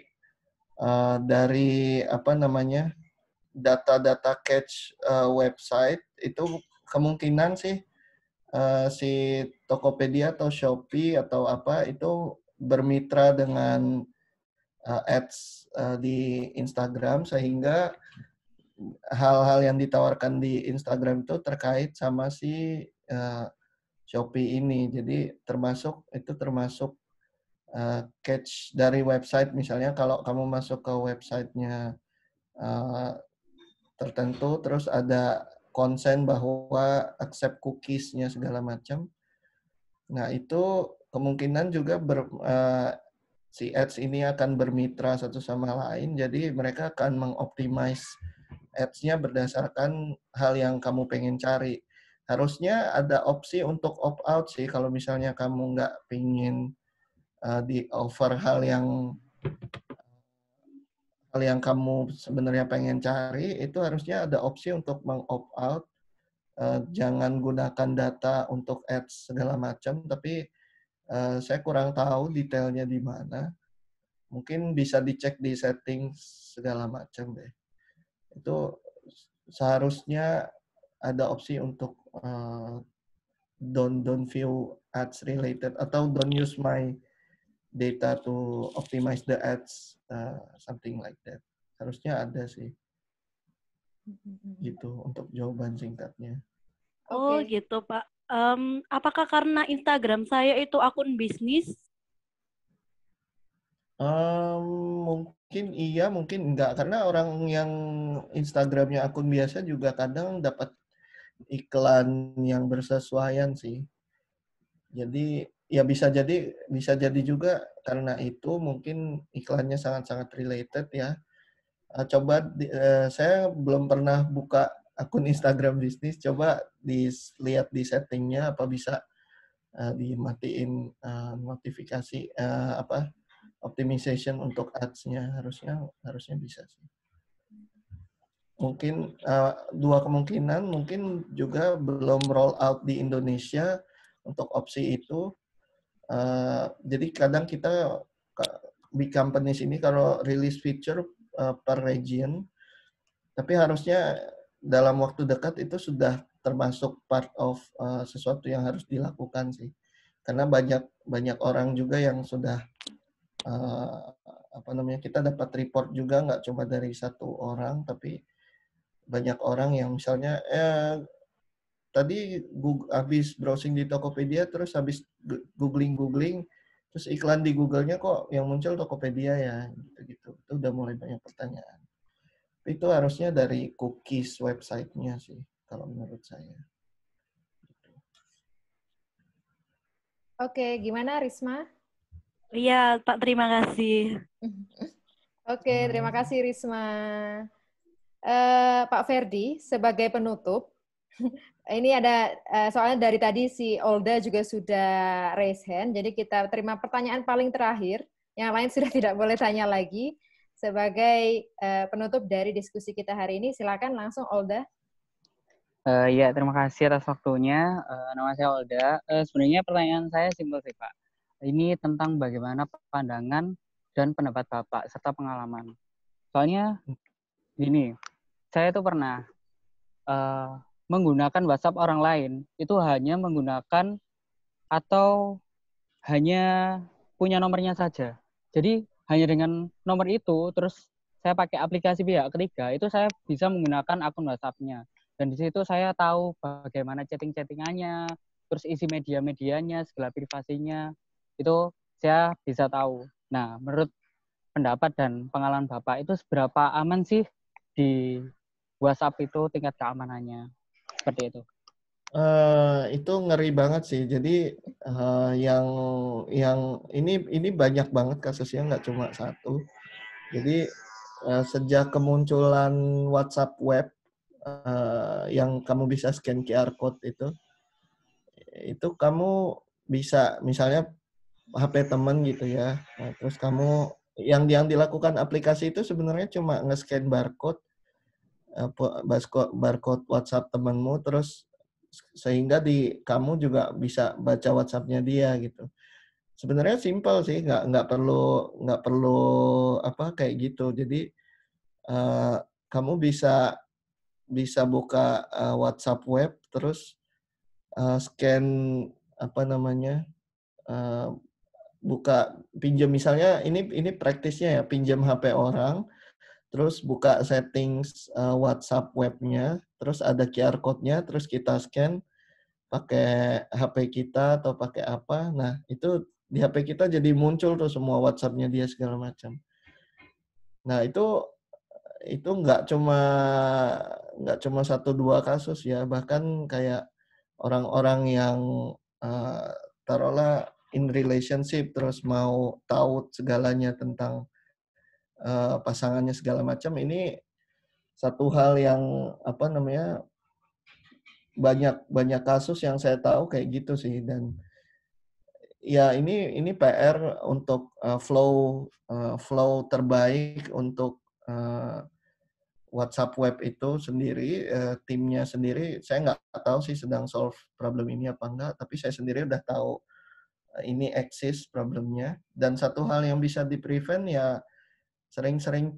dari data-data catch website itu kemungkinan sih si Tokopedia atau Shopee atau apa itu bermitra dengan ads di Instagram sehingga hal-hal yang ditawarkan di Instagram itu terkait sama si Shopee ini. Jadi termasuk catch dari website, misalnya kalau kamu masuk ke websitenya tertentu terus ada konsen bahwa accept cookies-nya segala macam. Nah, itu kemungkinan juga si ads ini akan bermitra satu sama lain, jadi mereka akan mengoptimize ads-nya berdasarkan hal yang kamu pengen cari. Harusnya ada opsi untuk opt-out sih, kalau misalnya kamu nggak pengen di-offer hal yang kamu sebenarnya pengen cari, itu harusnya ada opsi untuk meng-opt-out. Jangan gunakan data untuk ads segala macam, tapi saya kurang tahu detailnya di mana. Mungkin bisa dicek di settings segala macam deh. Itu seharusnya ada opsi untuk don't view ads related atau don't use my data to optimize the ads, something like that. Harusnya ada sih. Gitu untuk jawaban singkatnya. Oh gitu Pak. Apakah karena Instagram saya itu akun bisnis? Mungkin iya, mungkin enggak. Karena orang yang Instagramnya akun biasa juga kadang dapat iklan yang bersesuaian sih. Jadi ya bisa jadi juga karena itu mungkin iklannya sangat-sangat related ya. Coba saya belum pernah buka akun Instagram bisnis. Coba dilihat di settingnya apa bisa dimatiin notifikasi optimization untuk ads-nya, harusnya bisa sih. Mungkin dua kemungkinan, mungkin juga belum roll out di Indonesia untuk opsi itu. Jadi kadang kita big companies ini kalau release feature per region, tapi harusnya dalam waktu dekat itu sudah termasuk part of sesuatu yang harus dilakukan sih. Karena banyak orang juga yang sudah kita dapat report juga nggak cuma dari satu orang, tapi banyak orang yang misalnya tadi habis browsing di Tokopedia terus habis googling terus iklan di Google-nya kok yang muncul Tokopedia ya gitu. Itu udah mulai banyak pertanyaan. Itu harusnya dari cookies website-nya sih kalau menurut saya. Oke, gimana Risma? Iya, Pak, terima kasih. Oke, terima kasih Risma. Pak Ferdi, sebagai penutup, ini ada, soalnya dari tadi si Olda juga sudah raise hand, jadi kita terima pertanyaan paling terakhir, yang lain sudah tidak boleh tanya lagi. sebagai penutup dari diskusi kita hari ini. Silakan langsung Olda. Ya, terima kasih atas waktunya. Nama saya Olda. Sebenarnya pertanyaan saya simpel sih, Pak. Ini tentang bagaimana pandangan dan pendapat Bapak serta pengalaman. Soalnya gini, saya tuh pernah menggunakan WhatsApp orang lain itu hanya menggunakan atau hanya punya nomornya saja. Jadi hanya dengan nomor itu terus saya pakai aplikasi pihak ketiga itu saya bisa menggunakan akun WhatsApp-nya. Dan di situ saya tahu bagaimana chatting-chattingannya, terus isi media-medianya, segala privasinya itu saya bisa tahu. Nah, menurut pendapat dan pengalaman Bapak itu seberapa aman sih di WhatsApp itu tingkat keamanannya? Seperti itu. Itu ngeri banget sih. Jadi yang ini banyak banget kasusnya, nggak cuma satu. Jadi sejak kemunculan WhatsApp web yang kamu bisa scan QR code itu kamu bisa misalnya HP teman gitu ya. Nah, terus kamu yang dilakukan aplikasi itu sebenarnya cuma nge-scan barcode WhatsApp temanmu, terus sehingga kamu juga bisa baca WhatsApp-nya dia gitu. Sebenarnya simple sih, nggak perlu apa kayak gitu. Jadi kamu bisa buka WhatsApp web, terus scan apa namanya, buka pinjam misalnya ini praktisnya ya, pinjam HP orang. Terus buka settings WhatsApp webnya, terus ada QR code-nya, terus kita scan pakai HP kita atau pakai apa. Nah, itu di HP kita jadi muncul tuh semua WhatsApp-nya dia segala macam. Nah, itu nggak cuma 1-2 kasus ya, bahkan kayak orang-orang yang taruhlah in relationship terus mau tahu segalanya tentang pasangannya segala macam, ini satu hal yang apa namanya banyak kasus yang saya tahu kayak gitu sih. Dan ya ini PR untuk flow terbaik untuk WhatsApp web itu sendiri, timnya sendiri. Saya nggak tahu sih sedang solve problem ini apa enggak, tapi saya sendiri udah tahu ini eksis problemnya. Dan satu hal yang bisa di-prevent ya sering-sering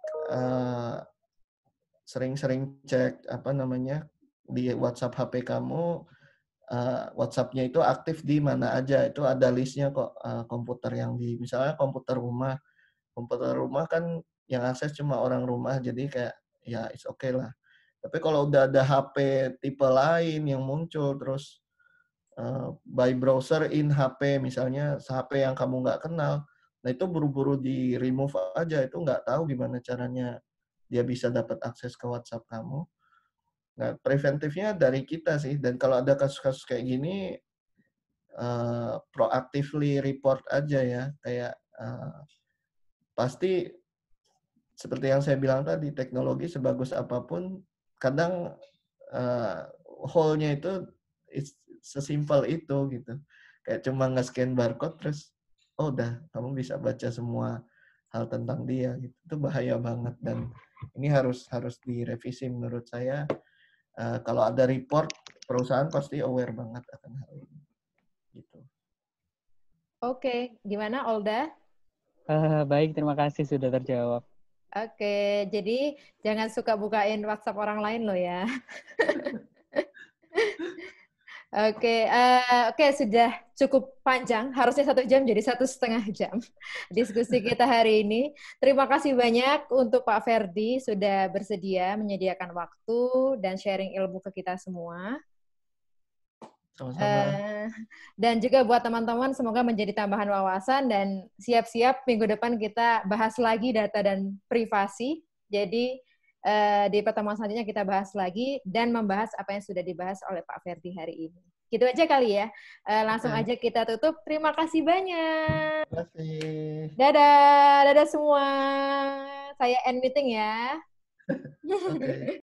cek apa namanya di WhatsApp HP kamu, WhatsApp-nya itu aktif di mana aja. Itu ada listnya kok, komputer yang misalnya komputer rumah kan yang akses cuma orang rumah, jadi kayak ya it's okay lah. Tapi kalau udah ada HP tipe lain yang muncul terus by browser in HP, misalnya HP yang kamu nggak kenal, nah itu buru-buru di remove aja. Itu nggak tahu gimana caranya dia bisa dapat akses ke WhatsApp kamu. Nah, preventifnya dari kita sih. Dan kalau ada kasus-kasus kayak gini, proactively report aja ya. Kayak pasti seperti yang saya bilang tadi, teknologi sebagus apapun, kadang hole-nya itu sesimpel itu gitu. Kayak cuma nge-scan barcode terus, oh udah kamu bisa baca semua hal tentang dia gitu. Itu bahaya banget dan ini harus direvisi menurut saya. Kalau ada report, perusahaan pasti aware banget akan hal ini. Gitu. Oke, gimana Olda? Baik, terima kasih sudah terjawab. Oke, jadi jangan suka bukain WhatsApp orang lain loh ya. Oke, sudah cukup panjang. Harusnya 1 jam jadi 1,5 jam diskusi kita hari ini. Terima kasih banyak untuk Pak Ferdi sudah bersedia menyediakan waktu dan sharing ilmu ke kita semua. Sama-sama. Dan juga buat teman-teman semoga menjadi tambahan wawasan dan siap-siap minggu depan kita bahas lagi data dan privasi. Jadi di pertemuan selanjutnya kita bahas lagi dan membahas apa yang sudah dibahas oleh Pak Ferdi hari ini. Gitu aja kali ya. Langsung aja kita tutup. Terima kasih banyak. Terima kasih. Dadah semua. Saya end meeting ya. Oke.